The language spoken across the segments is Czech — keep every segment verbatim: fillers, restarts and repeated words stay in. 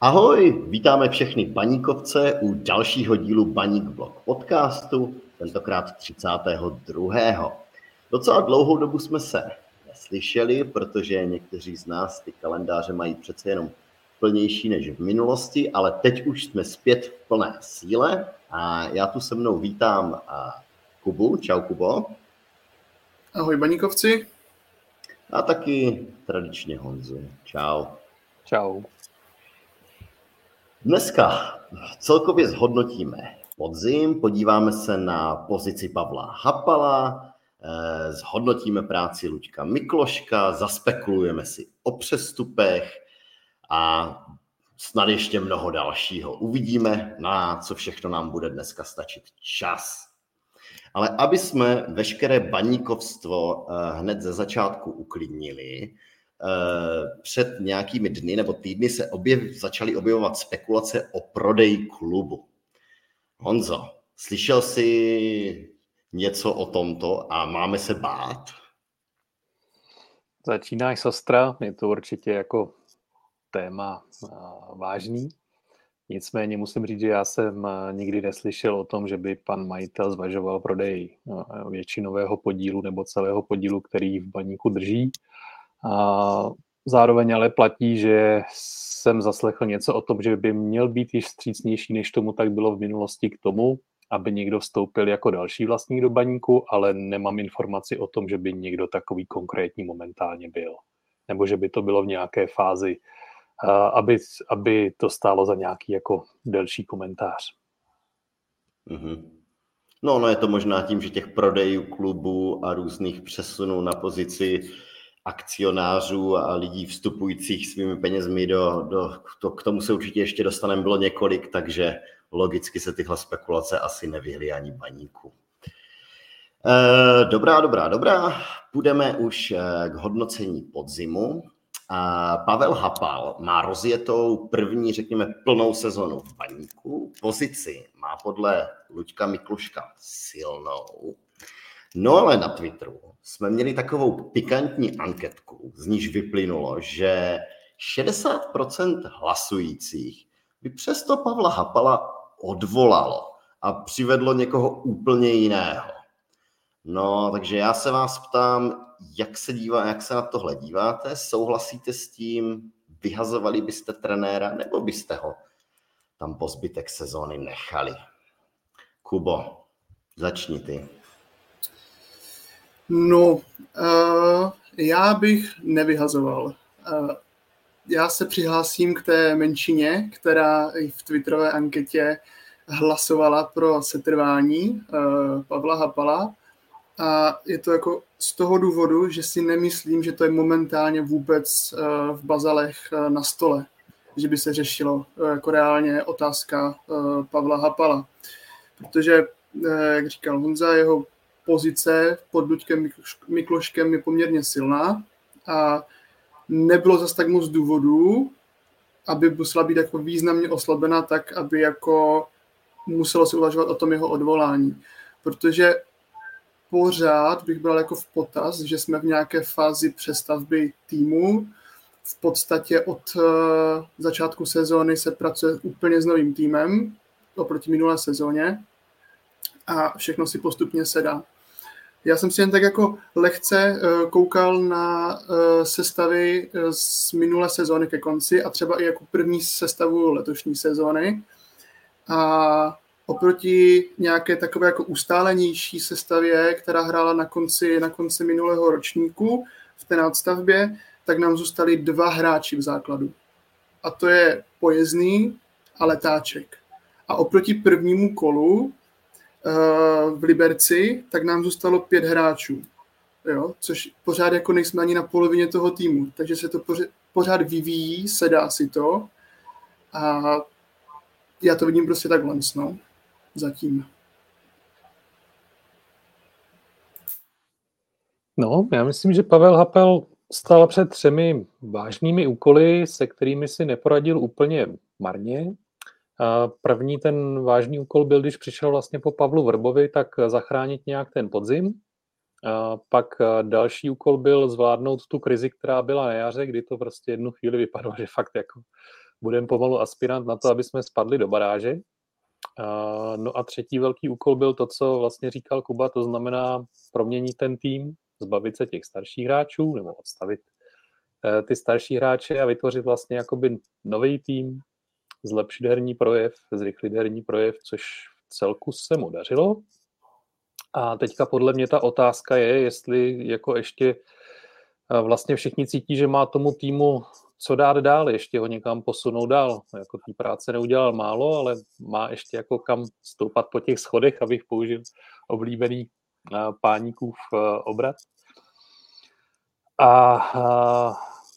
Ahoj, vítáme všechny baníkovce u dalšího dílu Baník Blog podcastu, tentokrát třicátého druhého Docela dlouhou dobu jsme se neslyšeli, protože někteří z nás ty kalendáře mají přece jenom plnější než v minulosti, ale teď už jsme zpět v plné síle a já tu se mnou vítám Kubu. Čau, Kubo. Ahoj, baníkovci. A taky tradičně Honzu. Čau. Čau. Dneska celkově zhodnotíme podzim, podíváme se na pozici Pavla Hapala, zhodnotíme práci Luďka Mikloška, zaspekulujeme si o přestupech a snad ještě mnoho dalšího. Uvidíme, na co všechno nám bude dneska stačit čas. Ale aby jsme veškeré baníkovstvo hned ze začátku uklidnili, před nějakými dny nebo týdny se objev, začaly objevovat spekulace o prodeji klubu. Honzo, slyšel jsi něco o tomto a máme se bát? Začínáš sostra, je to určitě jako téma vážný. Nicméně musím říct, že já jsem nikdy neslyšel o tom, že by pan majitel zvažoval prodej většinového podílu nebo celého podílu, který v Baníku drží. A zároveň ale platí, že jsem zaslechl něco o tom, že by měl být již vstřícnější, než tomu tak bylo v minulosti k tomu, aby někdo vstoupil jako další vlastník do Baníku, ale nemám informaci o tom, že by někdo takový konkrétní momentálně byl. Nebo že by to bylo v nějaké fázi, aby, aby to stálo za nějaký jako delší komentář. Mm-hmm. No, no je to možná tím, že těch prodejů klubu a různých přesunů na pozici akcionářů a lidí vstupujících svými penězmi do, do to, k tomu se určitě ještě dostaneme, bylo několik, takže logicky se tyhle spekulace asi nevyhly ani Baníku. E, dobrá, dobrá, dobrá. Půjdeme už k hodnocení podzimu. A Pavel Hapal má rozjetou první, řekněme, plnou sezonu v Baníku. Pozici má podle Luďka Mikluška silnou. No ale na Twitteru jsme měli takovou pikantní anketku, z níž vyplynulo, že šedesát procent hlasujících by přesto Pavla Hapala odvolalo a přivedlo někoho úplně jiného. No, takže já se vás ptám, jak se dívá, jak se na tohle díváte? Souhlasíte s tím? Vyhazovali byste trenéra, nebo byste ho tam po zbytek sezóny nechali? Kubo, začni ty. No, uh, já bych nevyhazoval. Uh, já se přihlásím k té menšině, která i v twitterové anketě hlasovala pro setrvání uh, Pavla Hapala. A je to jako z toho důvodu, že si nemyslím, že to je momentálně vůbec uh, v Bazalech uh, na stole, že by se řešilo uh, jako reálně otázka uh, Pavla Hapala. Protože, uh, jak říkal Honza, jeho pozice pod Luďkem Mikloškem je poměrně silná a nebylo zas tak moc důvodů, aby musela být jako významně oslabena tak, aby jako muselo se uvažovat o tom jeho odvolání. Protože pořád bych bral jako v potaz, že jsme v nějaké fázi přestavby týmu. V podstatě od uh, začátku sezóny se pracuje úplně s novým týmem oproti minulé sezóně a všechno si postupně sedá. Já jsem si jen tak jako lehce uh, koukal na uh, sestavy uh, z minulé sezóny ke konci a třeba i jako první sestavu letošní sezóny. A oproti nějaké takové jako ustálenější sestavě, která hrála na konci, na konci minulého ročníku v té nadstavbě, tak nám zůstali dva hráči v základu. A to je Pojezný a Letáček. A oproti prvnímu kolu v Liberci, tak nám zůstalo pět hráčů. Jo? Což pořád jako nejsme ani na polovině toho týmu. Takže se to pořád vyvíjí, sedá si to. A já to vidím prostě takhle, no. Zatím. No, já myslím, že Pavel Hapal stál před třemi vážnými úkoly, se kterými si neporadil úplně marně. První ten vážný úkol byl, když přišel vlastně po Pavlu Vrbovi, tak zachránit nějak ten podzim. Pak další úkol byl zvládnout tu krizi, která byla na jaře, kdy to prostě jednu chvíli vypadalo, že fakt jako budeme pomalu aspirant na to, aby jsme spadli do baráže. Uh, no a třetí velký úkol byl to, co vlastně říkal Kuba, to znamená proměnit ten tým, zbavit se těch starších hráčů, nebo odstavit uh, ty starší hráče a vytvořit vlastně jakoby nový tým, zlepšit herní projev, zrychlit herní projev, což v celku se mu dařilo. A teďka podle mě ta otázka je, jestli jako ještě vlastně všichni cítí, že má tomu týmu co dát dál, ještě ho někam posunout dál. Jako té práce neudělal málo, ale má ještě jako kam stoupat po těch schodech, abych použil oblíbený páníkův obrat. A, a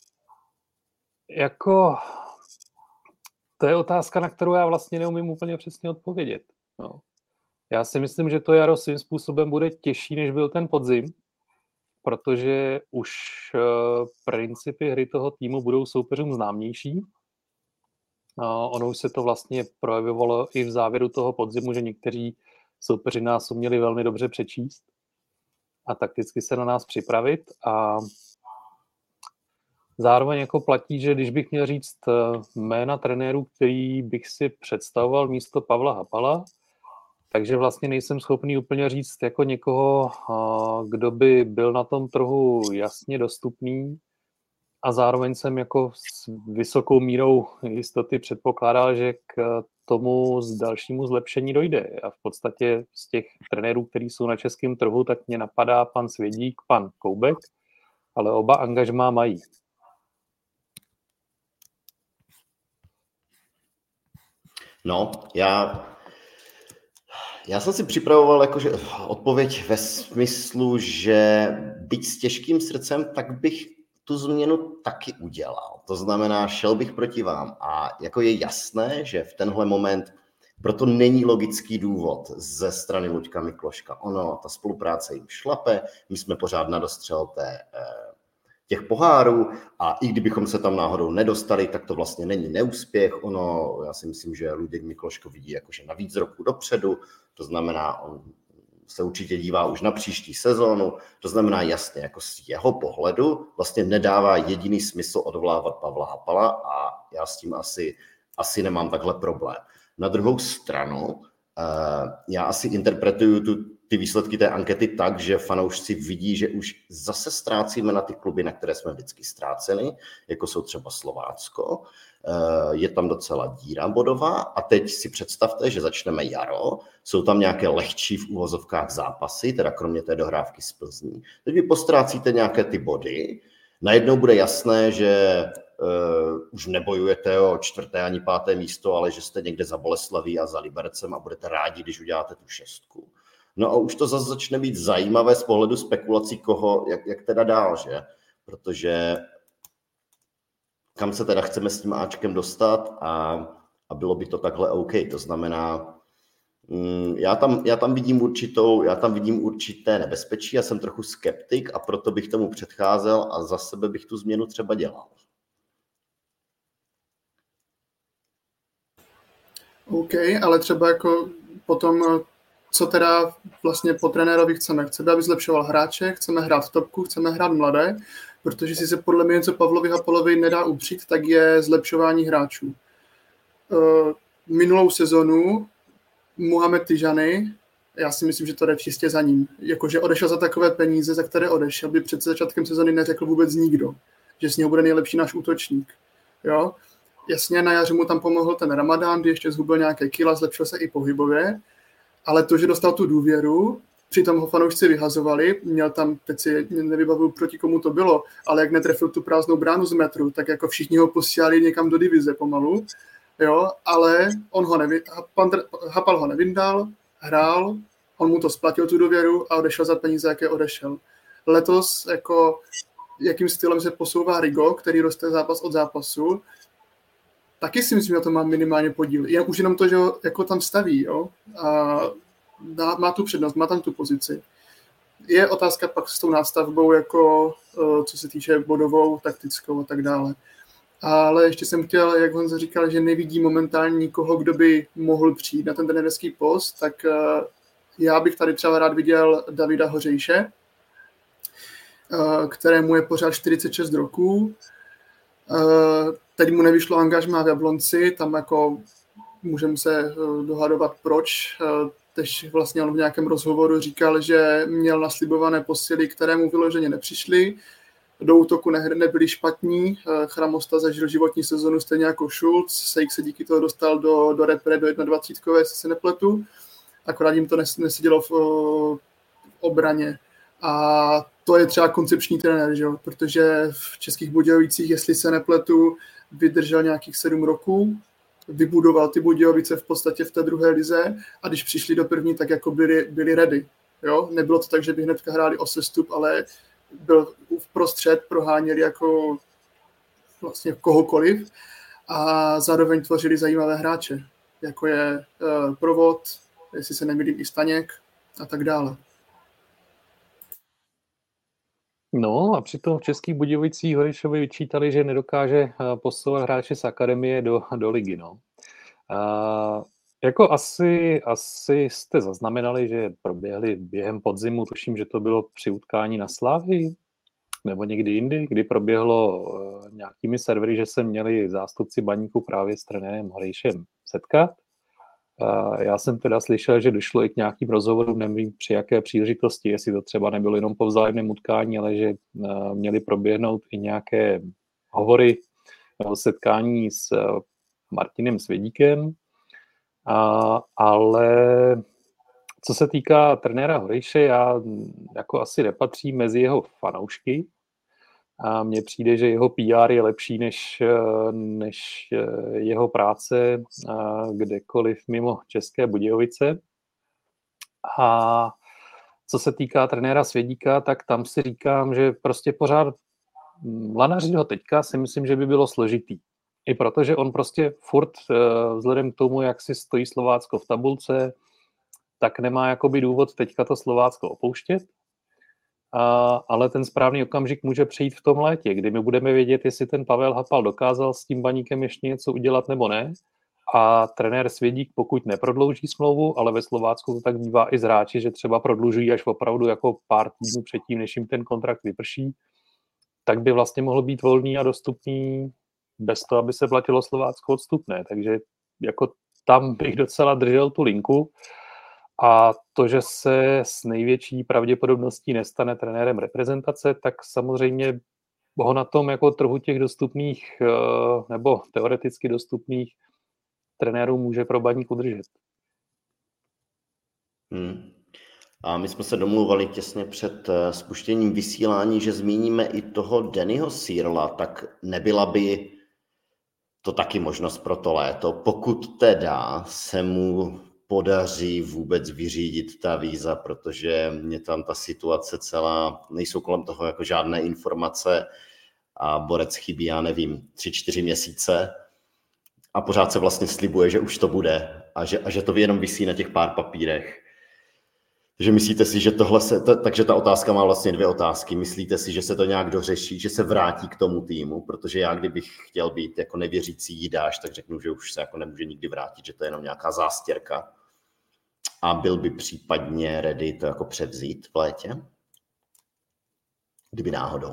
jako to je otázka, na kterou já vlastně neumím úplně přesně odpovědět. No. Já si myslím, že to jaro svým způsobem bude těžší, než byl ten podzim, protože už uh, principy hry toho týmu budou soupeřům známější. Uh, ono už se to vlastně projevovalo i v závěru toho podzimu, že někteří soupeři nás uměli velmi dobře přečíst a takticky se na nás připravit. A zároveň jako platí, že když bych měl říct uh, jména trenérů, který bych si představoval místo Pavla Hapala, takže vlastně nejsem schopný úplně říct jako někoho, kdo by byl na tom trhu jasně dostupný a zároveň jsem jako s vysokou mírou jistoty předpokládal, že k tomu z dalšímu zlepšení dojde. A v podstatě z těch trenérů, kteří jsou na českém trhu, tak mě napadá pan Svědík, pan Koubek, ale oba angažmá mají. No, já... Já jsem si připravoval jakože odpověď ve smyslu, že byť s těžkým srdcem, tak bych tu změnu taky udělal. To znamená, šel bych proti vám. A jako je jasné, že v tenhle moment proto není logický důvod ze strany Luďka Mikloška. Ono, ta spolupráce jim šlape, my jsme pořád na dostřel té, těch pohárů a i kdybychom se tam náhodou nedostali, tak to vlastně není neúspěch. Ono, já si myslím, že Luděk Mikloško vidí jakože na víc roku dopředu, to znamená, on se určitě dívá už na příští sezónu, to znamená jasně, jako z jeho pohledu vlastně nedává jediný smysl odvolávat Pavla Hapala a já s tím asi, asi nemám takhle problém. Na druhou stranu, já asi interpretuju tu, ty výsledky té ankety tak, že fanoušci vidí, že už zase ztrácíme na ty kluby, na které jsme vždycky ztráceli, jako jsou třeba Slovácko. Je tam docela díra bodová a teď si představte, že začneme jaro, jsou tam nějaké lehčí v uvozovkách zápasy, teda kromě té dohrávky z Plzní. Teď vy postrácíte nějaké ty body, najednou bude jasné, že uh, už nebojujete o čtvrté ani páté místo, ale že jste někde za Boleslaví a za Libercem a budete rádi, když uděláte tu šestku. No a už to zase začne být zajímavé z pohledu spekulací, koho, jak, jak teda dál, že? Protože kam se teda chceme s tím Ačkem dostat a, a bylo by to takhle OK. To znamená, mm, já, tam, já, tam vidím určitou, já tam vidím určité nebezpečí, já jsem trochu skeptik a proto bych tomu předcházel a za sebe bych tu změnu třeba dělal. OK, ale třeba jako potom, co teda vlastně po trenérovi chceme? Chceme, aby zlepšoval hráče, chceme hrát v topku, chceme hrát mladé, protože si se podle mě něco Pavlovi Hapalovi nedá upřít, tak je zlepšování hráčů. Minulou sezonu Mohamed Tijani, já si myslím, že to jde čistě za ním. Jakože odešel za takové peníze, za které odešel, by před začátkem sezony neřekl vůbec nikdo, že z něho bude nejlepší náš útočník. Jo? Jasně, na jaře mu tam pomohl ten Ramadán, kdy ještě zhubil nějaké kila, zlepšil se i pohybově, ale to, že dostal tu důvěru, přitom ho fanoušci vyhazovali, měl tam, teď si nevybavuju, proti komu to bylo, ale jak netrefil tu prázdnou bránu z metru, tak jako všichni ho posílali někam do divize pomalu, jo, ale on ho nevy, Hapal ho nevyndal, hrál, on mu to splatil tu důvěru a odešel za peníze, jaké odešel. Letos, jako, jakým stylem se posouvá Rigo, který roste zápas od zápasu, taky si myslím, že to má minimálně podíl. Jen, už jenom to, že ho jako tam staví, jo, a dá, má tu přednost, má tam tu pozici. Je otázka pak s tou nástavbou, jako, co se týče bodovou, taktickou a tak dále. Ale ještě jsem chtěl, jak Honza říkal, že nevidí momentálně nikoho, kdo by mohl přijít na ten trenérský post, tak já bych tady třeba rád viděl Davida Hořejše, kterému je pořád čtyřicet šest roků. teď mu nevyšlo angažmá v Jablonci, tam jako můžeme se dohadovat proč. Teď vlastně on v nějakém rozhovoru říkal, že měl naslibované posily, které mu vyloženě nepřišly. Do útoku ne, nebyli špatní. Chramosta zažil životní sezonu stejně jako Schulz. Sejk se díky toho dostal do, do repre, do dvacítky, jestli se nepletu. Akorát jim to nesedělo v, v obraně. A to je třeba koncepční trenér, že? Protože v Českých Budějovicích, jestli se nepletu, vydržel nějakých sedm roků, vybudoval ty Budějovice v podstatě v té druhé lize a když přišli do první, tak jako byli, byli ready. Jo? Nebylo to tak, že by hnedka hráli o sestup, ale byl vprostřed, proháněli jako vlastně kohokoliv a zároveň tvořili zajímavé hráče, jako je uh, Provod, jestli se nemýlím i Staněk a tak dále. No a přitom v Českých Budějovicích Horišovi vyčítali, že nedokáže posouvat hráče z akademie do, do ligy. No. A jako asi, asi jste zaznamenali, že proběhly během podzimu, tuším, že to bylo při utkání na Slavii, nebo někdy jindy, kdy proběhlo uh, nějakými servery, že se měli zástupci Baníku právě s trenérem Horišem setkat. Uh, já jsem teda slyšel, že došlo i k nějakým rozhovorům, nevím při jaké příležitosti, jestli to třeba nebylo jenom po vzájemném utkání, ale že uh, měly proběhnout i nějaké hovory nebo setkání s uh, Martinem Svědíkem. Uh, ale co se týká trenéra Horiše, já jako asi nepatřím mezi jeho fanoušky a mně přijde, že jeho P R je lepší než, než jeho práce kdekoliv mimo České Budějovice. A co se týká trenéra Svědíka, tak tam si říkám, že prostě pořád lanařit ho teďka si myslím, že by bylo složitý. I protože on prostě furt vzhledem k tomu, jak si stojí Slovácko v tabulce, tak nemá jakoby důvod teďka to Slovácko opouštět, a, ale ten správný okamžik může přijít v tom létě, kdy my budeme vědět, jestli ten Pavel Hapal dokázal s tím Baníkem ještě něco udělat nebo ne. A trenér Svědík, pokud neprodlouží smlouvu, ale ve Slovácku to tak bývá i z hráči, že třeba prodlužují až opravdu jako pár týdnů předtím, než jim ten kontrakt vyprší, tak by vlastně mohl být volný a dostupný bez toho, aby se platilo Slovácko odstupné. Takže jako tam bych docela držel tu linku. A to, že se s největší pravděpodobností nestane trenérem reprezentace, tak samozřejmě ho na tom jako trhu těch dostupných nebo teoreticky dostupných trenérů může pro Baník udržet. Hmm. A my jsme se domluvali těsně před spuštěním vysílání, že zmíníme i toho Dannyho Searla, tak nebyla by to taky možnost pro to léto, pokud teda se mu podaří vůbec vyřídit ta víza, protože mě tam ta situace celá, nejsou kolem toho jako žádné informace a Borec chybí, já nevím, tři, čtyři měsíce a pořád se vlastně slibuje, že už to bude a že, a že to jenom visí na těch pár papírech. Takže myslíte si, že tohle se, to, takže ta otázka má vlastně dvě otázky. Myslíte si, že se to nějak dořeší, že se vrátí k tomu týmu, protože já kdybych chtěl být jako nevěřící jídáš, tak řeknu, že už se jako nemůže nikdy vrátit, že to je jenom nějaká zástěrka. A byl by případně ready to jako převzít v létě? Kdyby náhodou.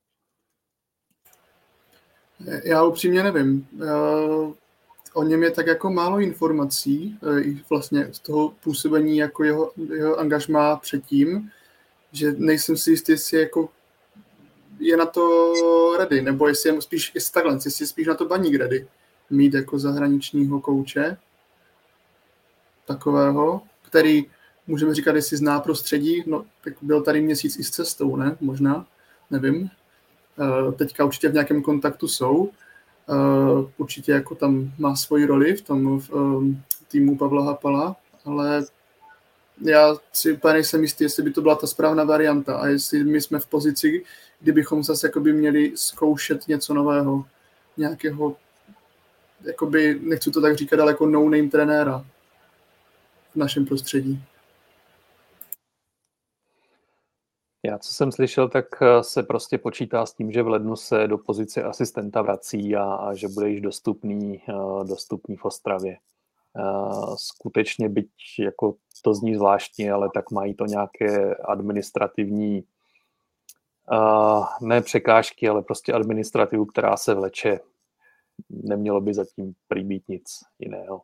Já upřímně nevím. O něm je tak jako málo informací, vlastně z toho působení jako jeho, jeho angažmá předtím, že nejsem si jistý, jestli jako je na to ready, nebo jestli je spíš, jestli takhle, jestli je spíš na to Baník ready mít jako zahraničního kouče takového, který můžeme říkat, jestli zná prostředí, no tak byl tady měsíc i s cestou, ne? Možná, nevím. Teďka určitě v nějakém kontaktu jsou. Určitě jako tam má svoji roli v tom v, um, týmu Pavla Hapala, ale já si úplně nejsem jistý, jestli by to byla ta správná varianta a jestli my jsme v pozici, kdybychom zase jakoby měli zkoušet něco nového, nějakého, jakoby, nechci to tak říkat, ale jako no-name trenéra v našem prostředí. Já, co jsem slyšel, tak se prostě počítá s tím, že v lednu se do pozice asistenta vrací a, a že bude již dostupný, dostupný v Ostravě. Skutečně, byť jako to zní zvláštně, ale tak mají to nějaké administrativní, ne překážky, ale prostě administrativu, která se vleče nemělo by zatím prý být nic jiného.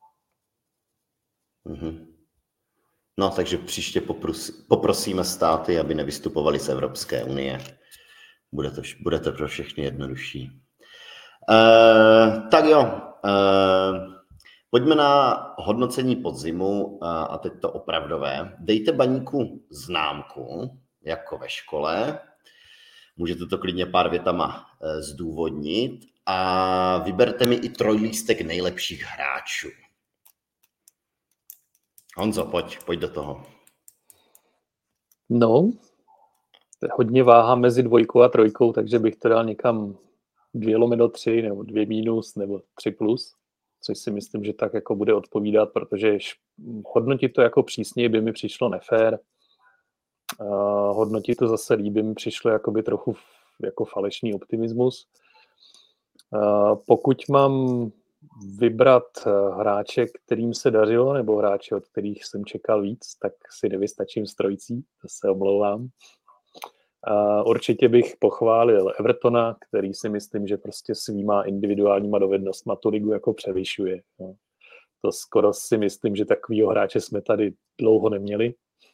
Mm-hmm. No, takže příště popros, poprosíme státy, aby nevystupovali z Evropské unie. Bude to, bude to pro všechny jednodušší. Uh, tak jo, uh, pojďme na hodnocení podzimu uh, a teď to opravdové. Dejte Baníku známku, jako ve škole. Můžete to klidně pár větama uh, zdůvodnit a vyberte mi i trojlístek nejlepších hráčů. Honzo, pojď, pojď do toho. No, to je hodně váha mezi dvojkou a trojkou, takže bych to dal někam dvě lomeno tři, nebo dvě minus, nebo tři plus, což si myslím, že tak jako bude odpovídat, protože hodnotit to jako přísně by mi přišlo nefér. Uh, hodnotit to zase líbí mi přišlo jakoby trochu jako falešný optimismus. Uh, pokud mám vybrat hráče, kterým se dařilo, nebo hráče, od kterých jsem čekal víc, tak si nevystačím s trojicí, to se omlouvám. A určitě bych pochválil Evertona, který si myslím, že prostě svýma individuálníma dovednostma tu ligu jako převyšuje. No. To skoro si myslím, že takovýho hráče jsme tady dlouho neměli.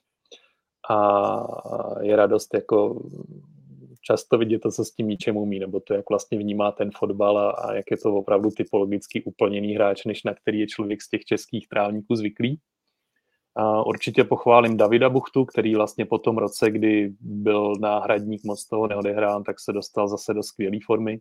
A je radost jako často vidět to, co s tím míčem umí, nebo to, jak vlastně vnímá ten fotbal a, a jak je to opravdu typologicky úplněný hráč, než na který je člověk z těch českých trávníků zvyklý. A určitě pochválím Davida Buchtu, který vlastně po tom roce, kdy byl náhradník, moc toho neodehrál, tak se dostal zase do skvělé formy.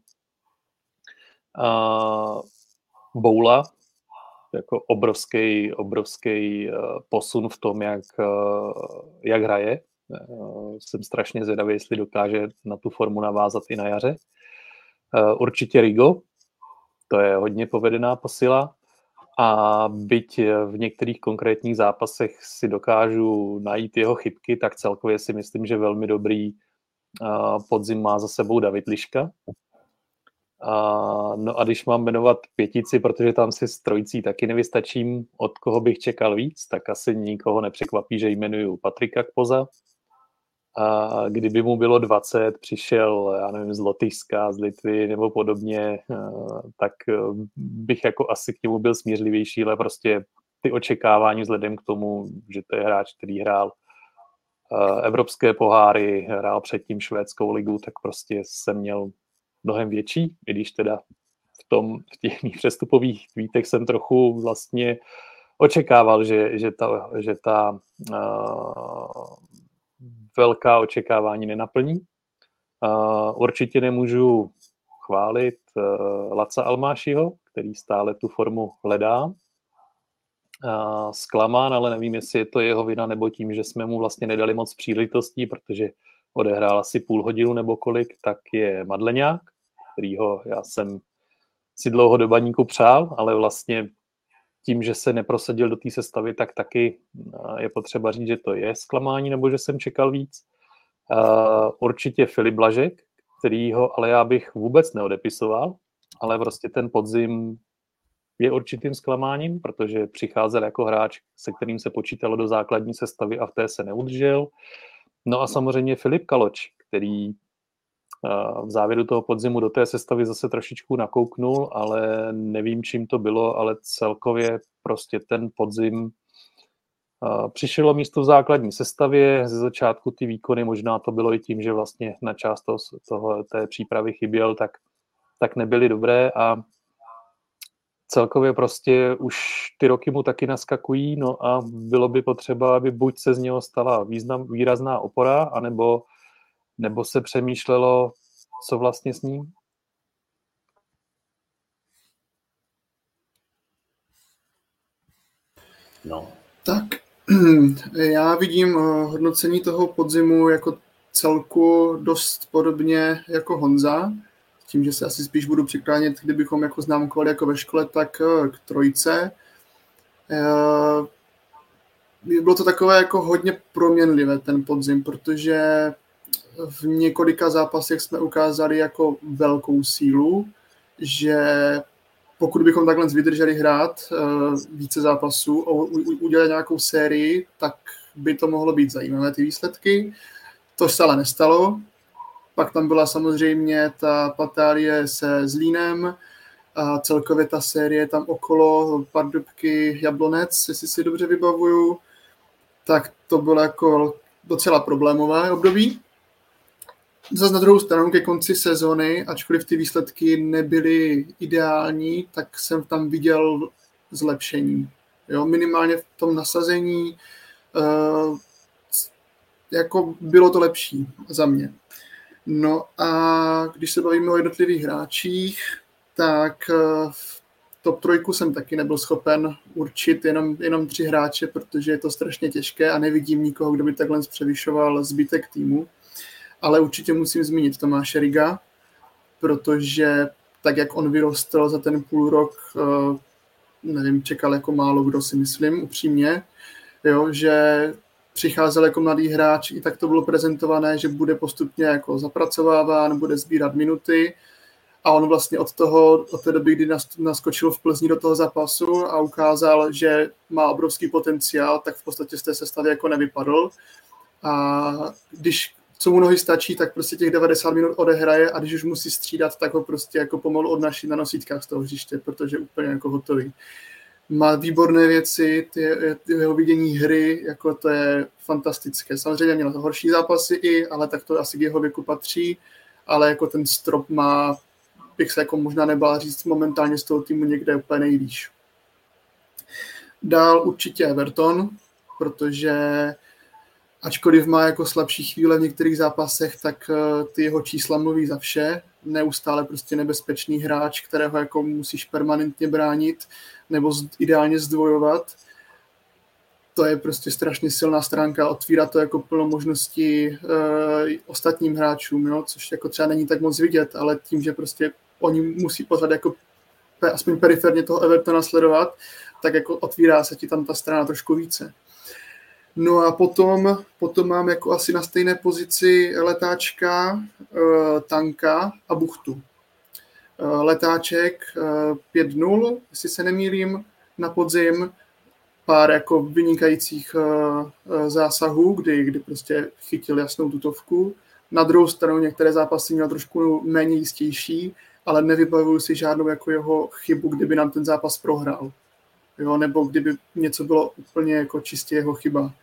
A Boula, jako obrovský, obrovský posun v tom, jak, jak hraje. Jsem strašně zvědavý, jestli dokáže na tu formu navázat i na jaře. Určitě Rigo, to je hodně povedená posila. A byť v některých konkrétních zápasech si dokážu najít jeho chybky, tak celkově si myslím, že velmi dobrý podzim má za sebou David Liška. A, no a když mám jmenovat pětici, protože tam si s trojicí taky nevystačím, od koho bych čekal víc, tak asi nikoho nepřekvapí, že jmenuju Patrika Kpoza. A kdyby mu bylo dvacet, přišel, já nevím, z Lotyšska, z Litvy nebo podobně, tak bych jako asi k němu byl smířlivější, ale prostě ty očekávání vzhledem k tomu, že to je hráč, který hrál evropské poháry, hrál předtím švédskou ligu, tak prostě jsem měl mnohem větší, i když teda v, tom, v těch mých přestupových tweetech jsem trochu vlastně očekával, že, že ta, že ta uh, velká očekávání nenaplní. Uh, určitě nemůžu chválit uh, Laca Almášiho, který stále tu formu hledá. Uh, zklamán, ale nevím, jestli je to jeho vina, nebo tím, že jsme mu vlastně nedali moc příležitostí, protože odehrál asi půl hodinu nebo kolik, tak je Madleňák, kterýho já jsem si dlouho do Baníku přál, ale vlastně tím, že se neprosadil do té sestavy, tak taky je potřeba říct, že to je zklamání, nebo že jsem čekal víc. Uh, určitě Filip Blažek, kterýho ale já bych vůbec neodepisoval, ale prostě ten podzim je určitým zklamáním, protože přicházel jako hráč, se kterým se počítalo do základní sestavy a v té se neudržel. No a samozřejmě Filip Kaloč, který uh, v závěru toho podzimu do té sestavy zase trošičku nakouknul, ale nevím, čím to bylo, ale celkově prostě ten podzim uh, přišlo místo v základní sestavě, ze začátku ty výkony, možná to bylo i tím, že vlastně na část toho, toho, té přípravy chyběl, tak, tak nebyly dobré a celkově prostě už ty roky mu taky naskakují, no a bylo by potřeba, aby buď se z něho stala význam, výrazná opora, anebo nebo se přemýšlelo, co vlastně s ním? No. Tak, já vidím hodnocení toho podzimu jako celku dost podobně jako Honza. Tím, že se asi spíš budu přiklánět, kdybychom jako známkovali jako ve škole, tak k trojce. Bylo to takové jako hodně proměnlivé ten podzim, protože v několika zápasech jsme ukázali jako velkou sílu, že pokud bychom takhle vydrželi hrát více zápasů a udělat nějakou sérii, tak by to mohlo být zajímavé, ty výsledky. To se ale nestalo. Pak tam byla samozřejmě ta patálie se Zlínem, a celkově ta série tam okolo Pardubky Jablonec, jestli si dobře vybavuju, tak to bylo jako docela problémové období. Zas na druhou stranu ke konci sezony, ačkoliv ty výsledky nebyly ideální, tak jsem tam viděl zlepšení. Jo, minimálně v tom nasazení uh, jako bylo to lepší za mě. No a když se bavíme o jednotlivých hráčích, tak uh, v top trojku jsem taky nebyl schopen určit jenom, jenom tři hráče, protože je to strašně těžké a nevidím nikoho, kdo by takhle převyšoval zbytek týmu. Ale určitě musím zmínit Tomáše Riga, protože tak, jak on vyrostl za ten půl rok, uh, nevím, čekal jako málo kdo, si myslím, upřímně, jo, že přicházel jako mladý hráč, i tak to bylo prezentované, že bude postupně jako zapracováván, bude sbírat minuty a on vlastně od toho, od té doby, kdy naskočil v Plzni do toho zápasu a ukázal, že má obrovský potenciál, tak v podstatě z té sestavy jako nevypadl. A když co mu nohy stačí, tak prostě těch devadesát minut odehraje a když už musí střídat, tak ho prostě jako pomalu odnaší na nosítkách z toho hřiště, protože je úplně jako hotový. Má výborné věci, ty, ty jeho vidění hry, jako to je fantastické. Samozřejmě měl horší zápasy i, ale tak to asi k jeho věku patří, ale jako ten strop má, bych se jako možná nebál říct, momentálně z toho týmu někde úplně nejvýš. Dál určitě Everton, protože ačkoliv má jako slabší chvíle v některých zápasech, tak ty jeho čísla mluví za vše. Neustále prostě nebezpečný hráč, kterého jako musíš permanentně bránit nebo ideálně zdvojovat. To je prostě strašně silná stránka. Otvírá to jako plno možností e, ostatním hráčům, jo? Což jako třeba není tak moc vidět, ale tím, že prostě oni musí pořád jako aspoň periferně toho Evertona sledovat, tak jako otvírá se ti tam ta strana trošku více. No a potom, potom mám jako asi na stejné pozici letáčka, Tanka a Buchtu. Letáček pět nula, jestli se nemýlím, na podzim, pár jako vynikajících zásahů, kdy, kdy prostě chytil jasnou tutovku. Na druhou stranu některé zápasy měl trošku méně jistější, ale nevybavuju si žádnou jako jeho chybu, kdyby nám ten zápas prohrál. Jo, nebo kdyby něco bylo úplně jako čistě jeho chyba.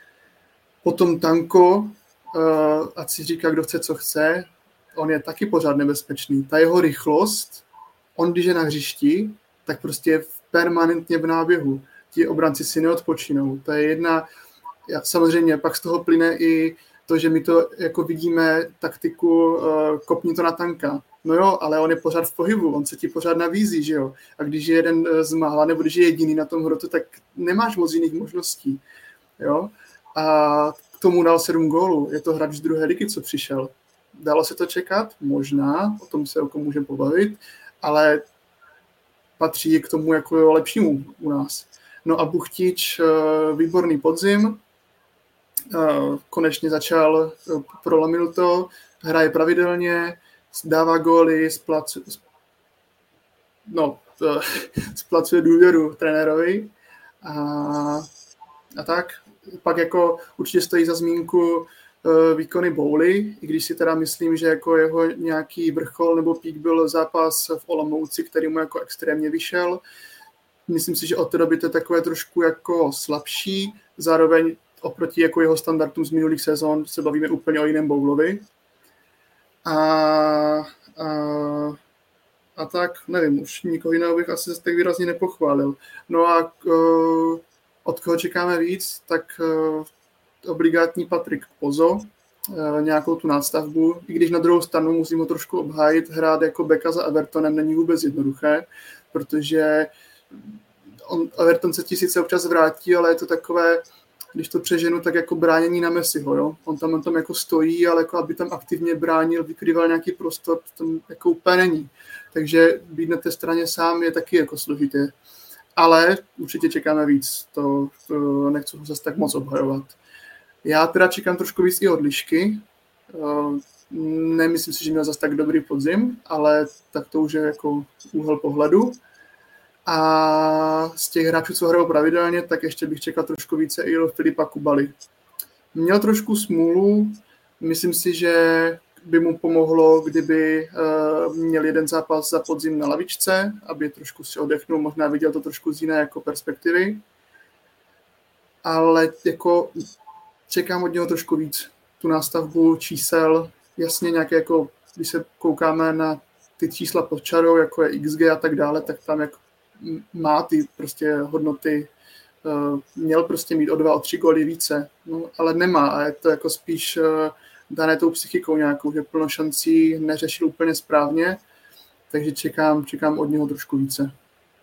Potom Tanko, uh, ať si říká, kdo chce, co chce, on je taky pořád nebezpečný. Ta jeho rychlost, on když je na hřišti, tak prostě je permanentně v náběhu. Ti obranci si neodpočinou. To je jedna, samozřejmě pak z toho plyne i to, že my to jako vidíme taktiku uh, kopni to na Tanka. No jo, ale on je pořád v pohybu, on se ti pořád navízí, že jo. A když je jeden z mála, nebo když je jediný na tom hrotu, tak nemáš moc jiných možností, jo. A k tomu dal sedm gólů. Je to hráč z druhé ligy, co přišel. Dalo se to čekat? Možná, o tom se o kom můžeme pobavit, ale patří k tomu jako lepšímu u nás. No a Buchtič, výborný podzim, konečně začal, prolomil to, hraje pravidelně, dává góly, splacuje, no, splacuje důvěru trenérovi a, a tak. Pak jako určitě stojí za zmínku výkony Bowley, i když si teda myslím, že jako jeho nějaký vrchol nebo pík byl zápas v Olomouci, který mu jako extrémně vyšel. Myslím si, že od té doby to je takové trošku jako slabší, zároveň oproti jako jeho standardům z minulých sezon se bavíme úplně o jiném Bowlovi. A, a, a tak, nevím, už nikoho jiného bych asi tak výrazně nepochválil. No a uh, od koho čekáme víc, tak uh, obligátní Patrik Pozo, uh, nějakou tu nástavbu, i když na druhou stranu musím ho trošku obhájit, hrát jako beka za Evertonem není vůbec jednoduché, protože on, Everton se ti sice občas vrátí, ale je to takové, když to přeženu, tak jako bránění na Messiho, jo. On tam, on tam jako stojí, ale jako aby tam aktivně bránil, vykrýval nějaký prostor, to tam jako úplně není. Takže být na té straně sám je taky jako složité. Ale určitě čekáme víc, to, to nechci ho zase tak moc obhajovat. Já teda čekám trošku víc i od Lišky. Nemyslím si, že měl zase tak dobrý podzim, ale tak to už je jako úhel pohledu. A z těch hráčů, co hrajou pravidelně, tak ještě bych čekal trošku více i od Filipa Kubaly. Měl trošku smůlu, myslím si, že by mu pomohlo, kdyby uh, měl jeden zápas za podzim na lavičce, aby trošku si odechnul, možná viděl to trošku z jiné jako perspektivy. Ale jako čekám od něho trošku víc. Tu nástavbu čísel, jasně nějaké jako, když se koukáme na ty čísla pod čarou, jako je X G a tak dále, tak tam jako má ty prostě hodnoty, uh, měl prostě mít o dva, o tři góly více, no, ale nemá a je to jako spíš uh, dané tou psychikou nějakou, že plno šancí neřešil úplně správně, takže čekám, čekám od něho trošku více.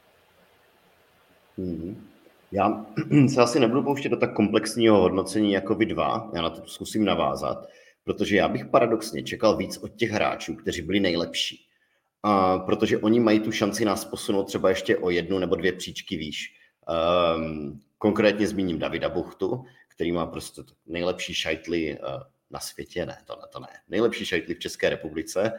Hmm. Já se asi nebudu pouštět do tak komplexního hodnocení jako vy dva, já na to zkusím navázat, protože já bych paradoxně čekal víc od těch hráčů, kteří byli nejlepší. Uh, protože oni mají tu šanci nás posunout třeba ještě o jednu nebo dvě příčky výš. Um, konkrétně zmíním Davida Buchtu, který má prostě nejlepší šajtly uh, na světě, ne, to ne, to ne, nejlepší šajtly v České republice.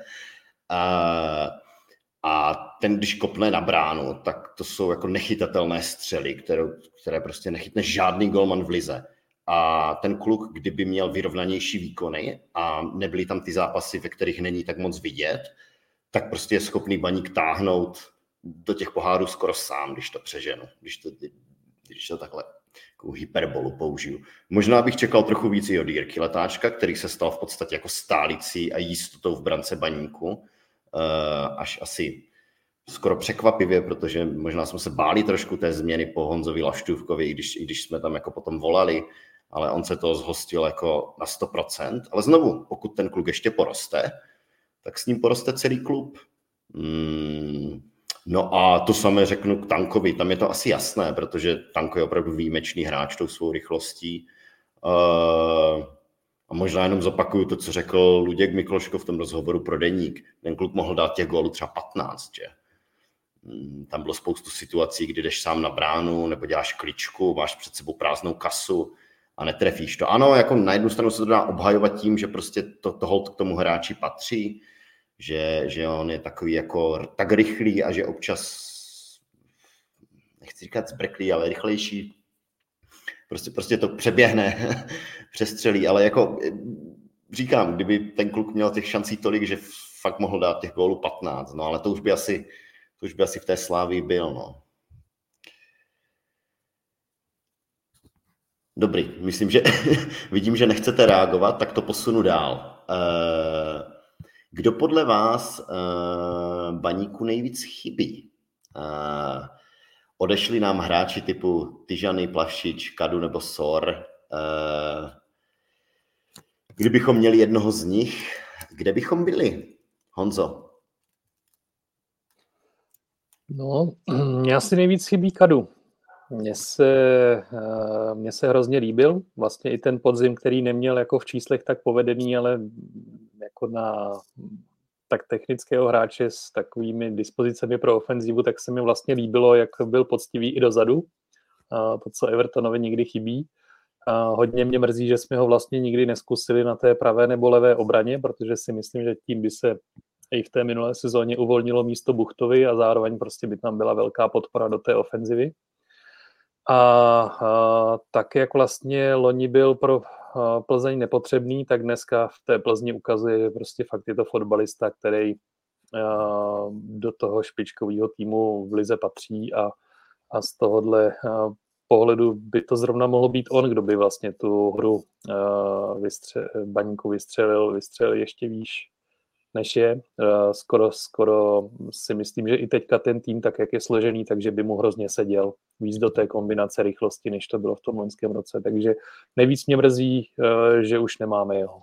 Uh, a ten, když kopne na bránu, tak to jsou jako nechytatelné střely, které, které prostě nechytne žádný golman v lize. A ten kluk, kdyby měl vyrovnanější výkony a nebyly tam ty zápasy, ve kterých není tak moc vidět, tak prostě je schopný Baník táhnout do těch pohárů skoro sám, když to přeženu, když to, když to takhle jako hyperbolu použiju. Možná bych čekal trochu víc i od Jirky Letáčka, který se stal v podstatě jako stálicí a jistotou v brance Baníku, až asi skoro překvapivě, protože možná jsme se báli trošku té změny po Honzovi Laštůvkovi, i když, i když jsme tam jako potom volali, ale on se toho zhostil jako na sto procent. Ale znovu, pokud ten kluk ještě poroste, tak s ním poroste celý klub. Hmm. No a to samé řeknu k Tankovi, tam je to asi jasné, protože Tanko je opravdu výjimečný hráč tou svou rychlostí. Uh, a možná jenom zopakuju to, co řekl Luděk Mikloško v tom rozhovoru pro Deník. Ten kluk mohl dát těch gólů třeba patnáct, že? Hmm, tam bylo spoustu situací, kdy jdeš sám na bránu nebo děláš kličku, máš před sebou prázdnou kasu a netrefíš to. Ano, jako na jednu stranu se to dá obhajovat tím, že prostě to, to hold k tomu hráči patří, že, že on je takový jako tak rychlý a že občas, nechci říkat zbrklý, ale rychlejší, prostě, prostě to přeběhne, přestřelí, ale jako říkám, kdyby ten kluk měl těch šancí tolik, že fakt mohl dát těch gólů patnáct, no ale to už by asi, to už by asi v té Slávii byl, no. Dobrý, myslím, že vidím, že nechcete reagovat, tak to posunu dál. Kdo podle vás Baníku nejvíc chybí? Odešli nám hráči typu Tyžany, Plavšič, Kadu nebo Sor. Kdybychom měli jednoho z nich, kde bychom byli? Honzo? No, mě asi nejvíc chybí Kadu. Mně se, mně se hrozně líbil. Vlastně i ten podzim, který neměl jako v číslech tak povedený, ale jako na tak technického hráče s takovými dispozicemi pro ofenzivu, tak se mi vlastně líbilo, jak byl poctivý i dozadu. To, co Evertonovi někdy chybí. Hodně mě mrzí, že jsme ho vlastně nikdy neskusili na té pravé nebo levé obraně, protože si myslím, že tím by se i v té minulé sezóně uvolnilo místo Buchtovi a zároveň prostě by tam byla velká podpora do té ofenzivy. A, a tak, jak vlastně loni byl pro a, Plzeň nepotřebný, tak dneska v té Plzni ukazuje, že prostě fakt je to fotbalista, který a, do toho špičkového týmu v lize patří a, a z tohohle a, pohledu by to zrovna mohlo být on, kdo by vlastně tu hru a, vystře, Baníku vystřelil, vystřelil ještě výš, než je. Skoro, skoro si myslím, že i teďka ten tým, tak jak je složený, takže by mu hrozně seděl víc do té kombinace rychlosti, než to bylo v tom loňském roce. Takže nejvíc mě mrzí, že už nemáme jeho.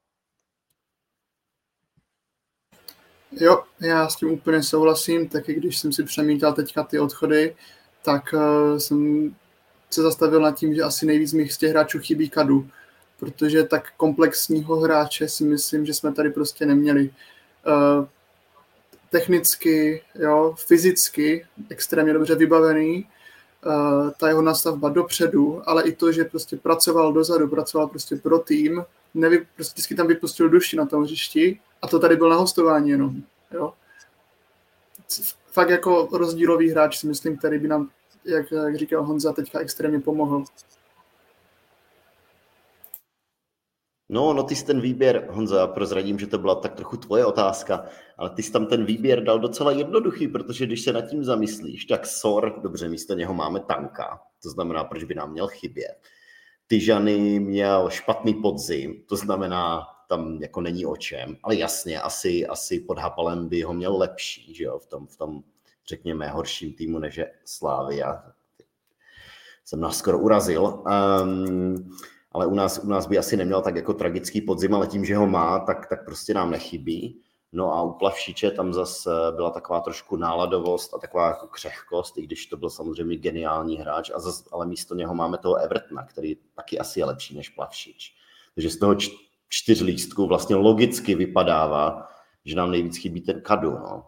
Jo, já s tím úplně souhlasím, taky když jsem si přemítal teďka ty odchody, tak uh, jsem se zastavil nad tím, že asi nejvíc mých z těch hráčů chybí Kadu, protože tak komplexního hráče si myslím, že jsme tady prostě neměli. Uh, technicky, jo, fyzicky extrémně dobře vybavený, uh, ta jeho nastavba dopředu, ale i to, že prostě pracoval dozadu, pracoval prostě pro tým, nevy, prostě vždycky tam vypustil duši na tom hřišti a to tady byl na hostování jenom, jo. Fakt jako rozdílový hráč si myslím, který by nám, jak, jak říkal Honza, teďka extrémně pomohl. No, no ty jsi ten výběr, Honzo, já prozradím, že to byla tak trochu tvoje otázka, ale ty jsi tam ten výběr dal docela jednoduchý, protože když se nad tím zamyslíš, tak Sor, dobře, místo něho máme Tanka, to znamená, proč by nám měl chybět. Tijani měl špatný podzim, to znamená, tam jako není o čem, ale jasně, asi, asi pod Hapalem by ho měl lepší, že jo, v tom, v tom řekněme, horším týmu, než je Slavia. Jsem nás skoro urazil. Um, ale u nás, u nás by asi neměl tak jako tragický podzim, ale tím, že ho má, tak, tak prostě nám nechybí. No a u Plavšiče tam zase byla taková trošku náladovost a taková jako křehkost, i když to byl samozřejmě geniální hráč, a zase, ale místo něho máme toho Evertona, který taky asi je lepší než Plavšič. Takže z toho čtyř lístků vlastně logicky vypadává, že nám nejvíc chybí ten Kadu. No.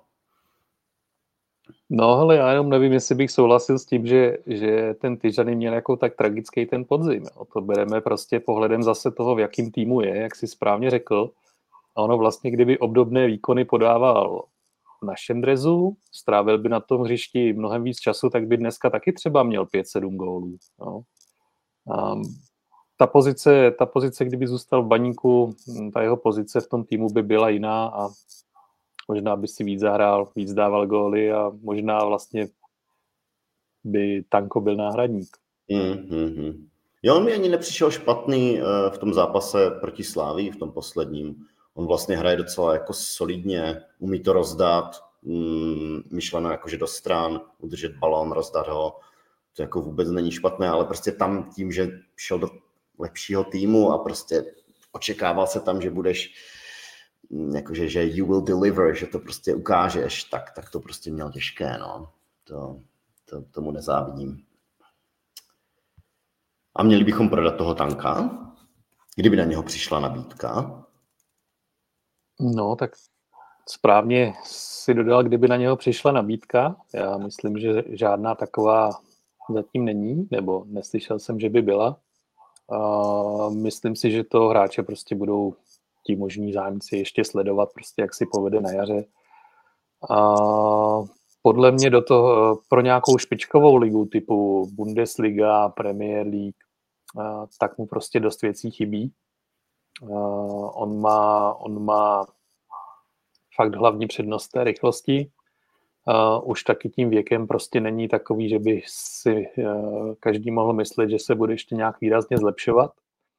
No hele, já jenom nevím, jestli bych souhlasil s tím, že, že ten Tijani měl jako tak tragický ten podzim. Jo. To bereme prostě pohledem zase toho, v jakým týmu je, jak si správně řekl. A ono vlastně, kdyby obdobné výkony podával v našem drezu, strávil by na tom hřišti mnohem víc času, tak by dneska taky třeba měl pět sedm gólů. Jo. A ta pozice, ta pozice, kdyby zůstal v Baníku, ta jeho pozice v tom týmu by byla jiná a možná by si víc zahrál, víc dával góly a možná vlastně by Tanko byl náhradník. Mm-hmm. Jo, on mi ani nepřišel špatný uh, v tom zápase proti Slávii, v tom posledním. On vlastně hraje docela jako solidně, umí to rozdat, mm, myšleno jakože do stran, udržet balón, rozdat ho. To jako vůbec není špatné, ale prostě tam tím, že šel do lepšího týmu a prostě očekával se tam, že budeš jakože, že you will deliver, že to prostě ukážeš, tak, tak to prostě měl těžké, no. To, to, tomu nezávidím. A měli bychom prodat toho Tanka? Kdyby na něho přišla nabídka? No, tak správně si dodal, kdyby na něho přišla nabídka. Já myslím, že žádná taková zatím není, nebo neslyšel jsem, že by byla. A myslím si, že toho hráče prostě budou ti možní zájemci ještě sledovat, prostě jak si povede na jaře. A podle mě do toho pro nějakou špičkovou ligu typu Bundesliga, Premier League, tak mu prostě dost věcí chybí. On má, on má fakt hlavní přednost té rychlosti. Už taky tím věkem prostě není takový, že by si každý mohl myslet, že se bude ještě nějak výrazně zlepšovat.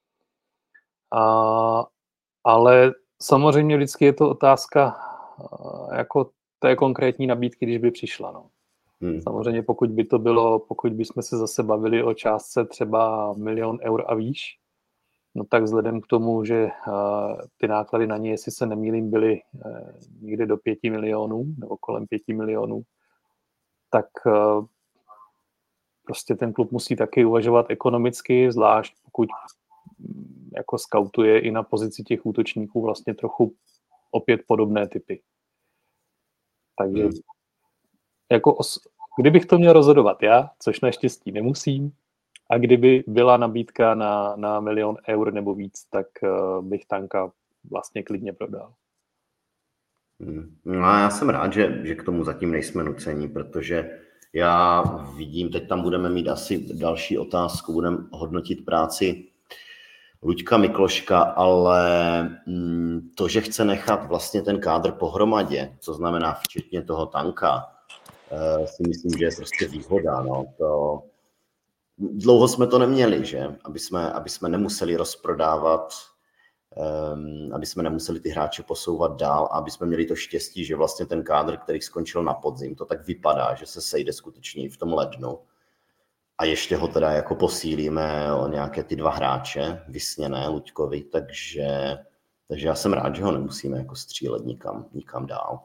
A ale samozřejmě vždycky je to otázka jako té konkrétní nabídky, když by přišla. No. Hmm. Samozřejmě pokud by to bylo, pokud bychom se zase bavili o částce třeba milion eur a výš, no tak vzhledem k tomu, že uh, ty náklady na ně, jestli se nemýlím, byly uh, někde do pěti milionů nebo kolem pěti milionů, tak uh, prostě ten klub musí taky uvažovat ekonomicky, zvlášť pokud jako skautuje i na pozici těch útočníků vlastně trochu opět podobné typy. Takže hmm. jako os, kdybych to měl rozhodovat já, což naštěstí nemusím, a kdyby byla nabídka na, na milion eur nebo víc, tak uh, bych Tanka vlastně klidně prodal. Hmm. No a já jsem rád, že, že k tomu zatím nejsme nuceni, protože já vidím, teď tam budeme mít asi další otázku, budeme hodnotit práci Luďka Mikloška, ale to, že chce nechat vlastně ten kádr pohromadě, co znamená včetně toho Tanka, si myslím, že je prostě výhoda. No. To... Dlouho jsme to neměli, že? Aby jsme, aby jsme nemuseli rozprodávat, um, aby jsme nemuseli ty hráče posouvat dál, aby jsme měli to štěstí, že vlastně ten kádr, který skončil na podzim, to tak vypadá, že se sejde skutečně v tom lednu. A ještě ho teda jako posílíme o nějaké ty dva hráče, vysněné Luďkovi, takže, takže já jsem rád, že ho nemusíme jako střílet nikam, nikam dál.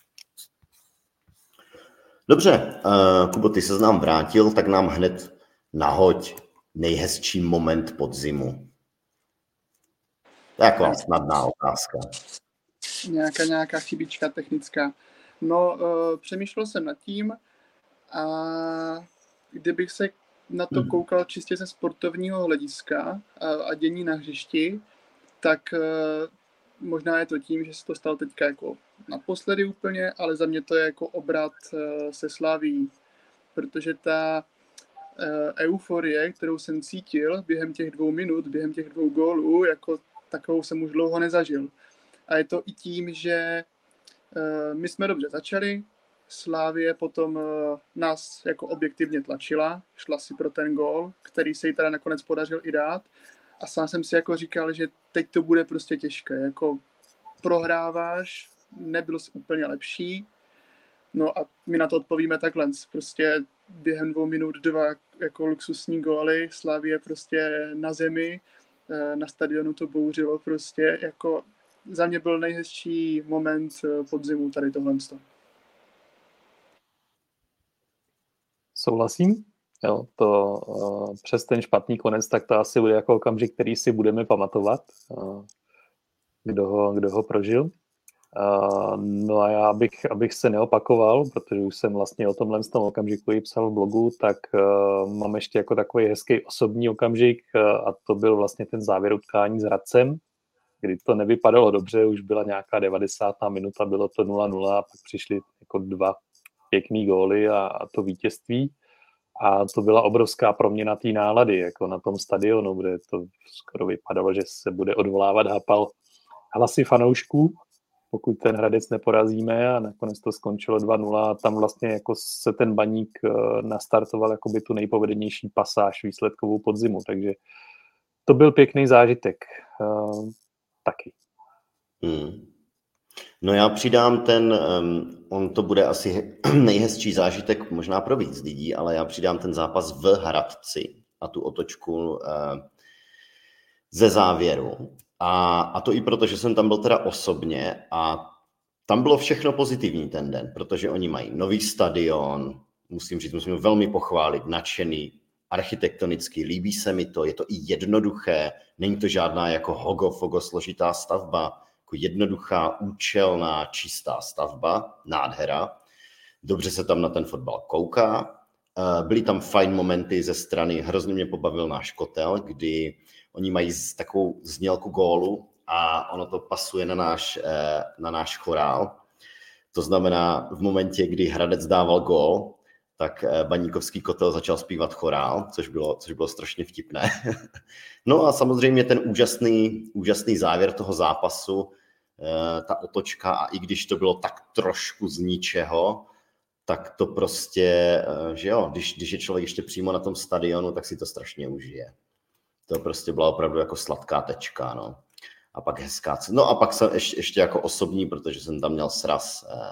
Dobře, uh, Kubo, ty se nám vrátil, tak nám hned nahoď nejhezčí moment podzimu. Taková snadná otázka. Nějaká, nějaká chybička technická. No, uh, přemýšlel jsem nad tím a kdybych se na to koukal čistě ze sportovního hlediska a, a dění na hřišti, tak uh, možná je to tím, že se to stalo teďka jako naposledy úplně, ale za mě to je jako obrat uh, se Slavií, protože ta uh, euforie, kterou jsem cítil během těch dvou minut, během těch dvou gólů, jako takovou jsem už dlouho nezažil. A je to i tím, že my jsme dobře začali, Slavie potom nás jako objektivně tlačila, šla si pro ten gól, který se jí teda nakonec podařil i dát. A sám jsem si jako říkal, že teď to bude prostě těžké, jako prohráváš, nebyl jsi úplně lepší, no a my na to odpovíme takhle, prostě během dvou minut dva jako luxusní góly, Slavie prostě na zemi, na stadionu to bouřilo prostě, jako za mě byl nejhezčí moment podzimu tady tohle. Souhlasím. Jo, to uh, přes ten špatný konec, tak to asi bude jako okamžik, který si budeme pamatovat, uh, kdo, ho, kdo ho prožil. Uh, no a já abych, abych se neopakoval, protože už jsem vlastně o tomhle z toho okamžiku i psal v blogu, tak uh, mám ještě jako takový hezký osobní okamžik uh, a to byl vlastně ten závěr utkání s Hradcem, kdy to nevypadalo dobře, už byla nějaká devadesátá minuta, bylo to nula nula a pak přišly jako dva pěkný góly a, a to vítězství. A to byla obrovská proměna té nálady, jako na tom stadionu, kde to skoro vypadalo, že se bude odvolávat Hapal hlasy fanoušků, pokud ten Hradec neporazíme, a nakonec to skončilo dva nula a tam vlastně jako se ten Baník nastartoval jakoby tu nejpovedenější pasáž výsledkovou podzimu, takže to byl pěkný zážitek. Uh, taky. Hmm. No já přidám ten, um, on to bude asi nejhezčí zážitek možná pro víc lidí, ale já přidám ten zápas v Hradci a tu otočku uh, ze závěru. A, a to i proto, že jsem tam byl teda osobně a tam bylo všechno pozitivní ten den, protože oni mají nový stadion, musím říct, musím velmi pochválit, nadšený, architektonicky, líbí se mi to, je to i jednoduché, není to žádná jako hogo-fogo složitá stavba, jako jednoduchá, účelná, čistá stavba, nádhera. Dobře se tam na ten fotbal kouká. Byly tam fajn momenty ze strany, hrozně mě pobavil náš kotel, kdy oni mají takovou znělku gólu a ono to pasuje na náš, na náš chorál. To znamená, v momentě, kdy Hradec dával gól, tak Baníkovský kotel začal zpívat chorál, což bylo, což bylo strašně vtipné. No a samozřejmě ten úžasný, úžasný závěr toho zápasu, ta otočka, a i když to bylo tak trošku z ničeho, tak to prostě, že jo, když, když je člověk ještě přímo na tom stadionu, tak si to strašně užije. To prostě byla opravdu jako sladká tečka, no. A pak hezká. No a pak jsem ještě, ještě jako osobní, protože jsem tam měl sraz eh,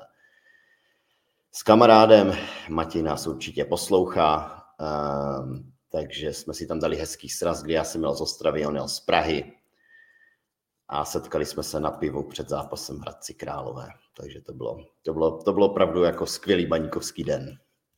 s kamarádem. Matěj nás určitě poslouchá, eh, takže jsme si tam dali hezký sraz, kdy já jsem měl z Ostravy, on jel z Prahy. A setkali jsme se na pivu před zápasem v Hradci Králové. Takže to bylo, to bylo, to bylo opravdu jako skvělý baníkovský den.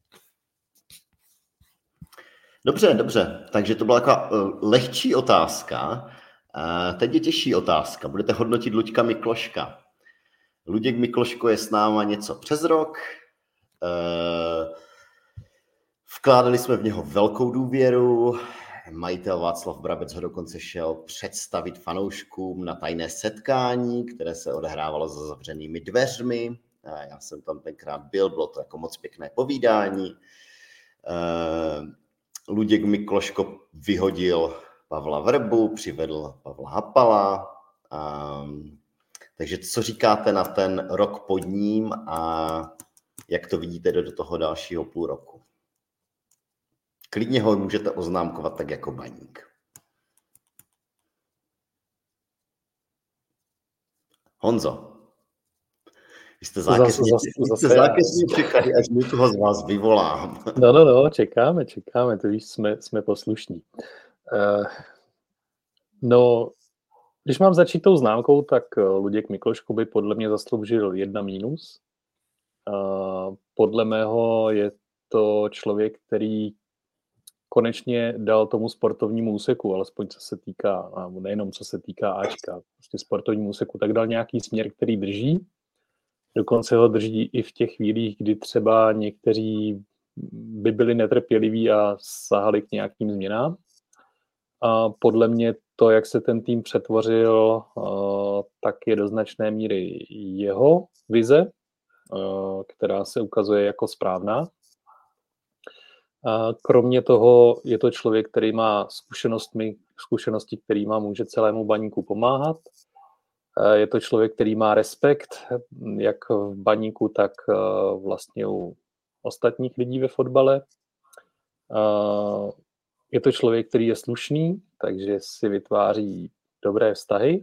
Dobře, dobře. Takže to byla taková lehčí otázka. Teď je těžší otázka. Budete hodnotit Luďka Mikloška. Luděk Mikloško je s náma něco přes rok. Vkládali jsme v něho velkou důvěru. Majitel Václav Brabec ho dokonce šel představit fanouškům na tajné setkání, které se odehrávalo za zavřenými dveřmi. Já jsem tam tenkrát byl, bylo to jako moc pěkné povídání. Luděk Mikloško vyhodil Pavla Vrbu, přivedl Pavla Hapala. Takže co říkáte na ten rok pod ním a jak to vidíte do toho dalšího půl roku? Klidně ho můžete oznámkovat tak jako Baník. Honzo, vy jste zákazníci, až mi toho z vás vyvolám. No, no, no, čekáme, čekáme, to víš, jsme, jsme poslušní. Uh, no, když mám začít tou známkou, tak Luděk Mikloško by podle mě zasloužil jedna mínus. Uh, podle mého je to člověk, který konečně dal tomu sportovnímu úseku, alespoň co se týká, nejenom co se týká Ačka, prostě sportovnímu úseku, tak dal nějaký směr, který drží. Dokonce ho drží i v těch chvílích, kdy třeba někteří by byli netrpěliví a sahali k nějakým změnám. A podle mě to, jak se ten tým přetvořil, tak je do značné míry jeho vize, která se ukazuje jako správná. A kromě toho je to člověk, který má zkušenostmi, zkušenosti, kterýma může celému Baníku pomáhat. Je to člověk, který má respekt, jak v Baníku, tak vlastně u ostatních lidí ve fotbale. Je to člověk, který je slušný, takže si vytváří dobré vztahy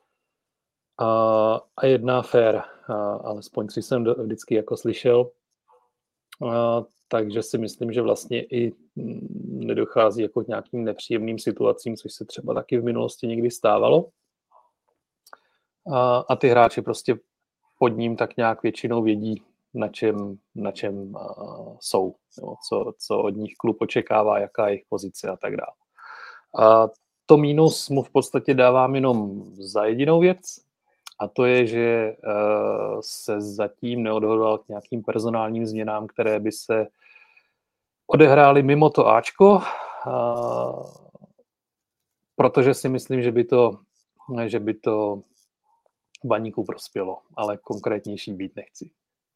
a jedná fair, alespoň co jsem vždycky jako slyšel. Takže si myslím, že vlastně i nedochází jako k nějakým nepříjemným situacím, což se třeba taky v minulosti někdy stávalo. A, a ty hráči prostě pod ním tak nějak většinou vědí, na čem, na čem uh, jsou, jo, co, co od nich klub očekává, jaká je jejich pozice a tak dále. A to mínus mu v podstatě dávám jenom za jedinou věc, a to je, že uh, se zatím neodhodlal k nějakým personálním změnám, které by se odehrály mimo to Ačko, uh, protože si myslím, že by to, že by to Baníku prospělo, ale konkrétnější být nechci.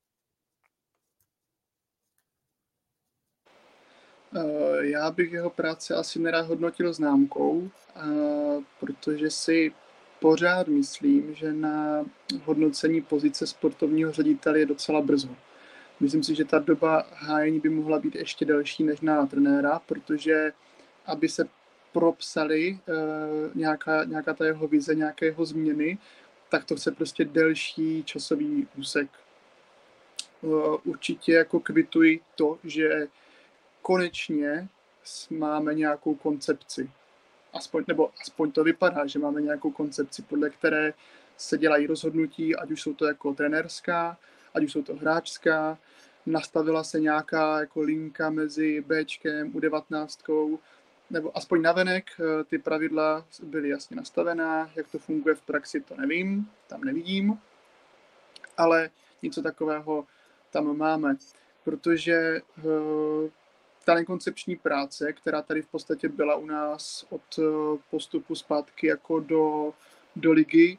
Já bych jeho práci asi nerad hodnotil známkou, protože si pořád myslím, že na hodnocení pozice sportovního ředitele je docela brzo. Myslím si, že ta doba hájení by mohla být ještě delší než na trenéra, protože aby se propsali nějaká, nějaká ta jeho vize, nějaké jeho změny, tak to chce prostě delší časový úsek. Určitě jako kvituji to, že konečně máme nějakou koncepci. Aspoň, nebo aspoň to vypadá, že máme nějakou koncepci, podle které se dělají rozhodnutí, ať už jsou to jako trenérská, ať už jsou to hráčská. Nastavila se nějaká jako linka mezi Bčkem, U devatenáct, nebo aspoň navenek ty pravidla byly jasně nastavená. Jak to funguje v praxi, to nevím, tam nevidím. Ale něco takového tam máme, protože ta nekoncepční práce, která tady v podstatě byla u nás od postupu zpátky jako do, do ligy,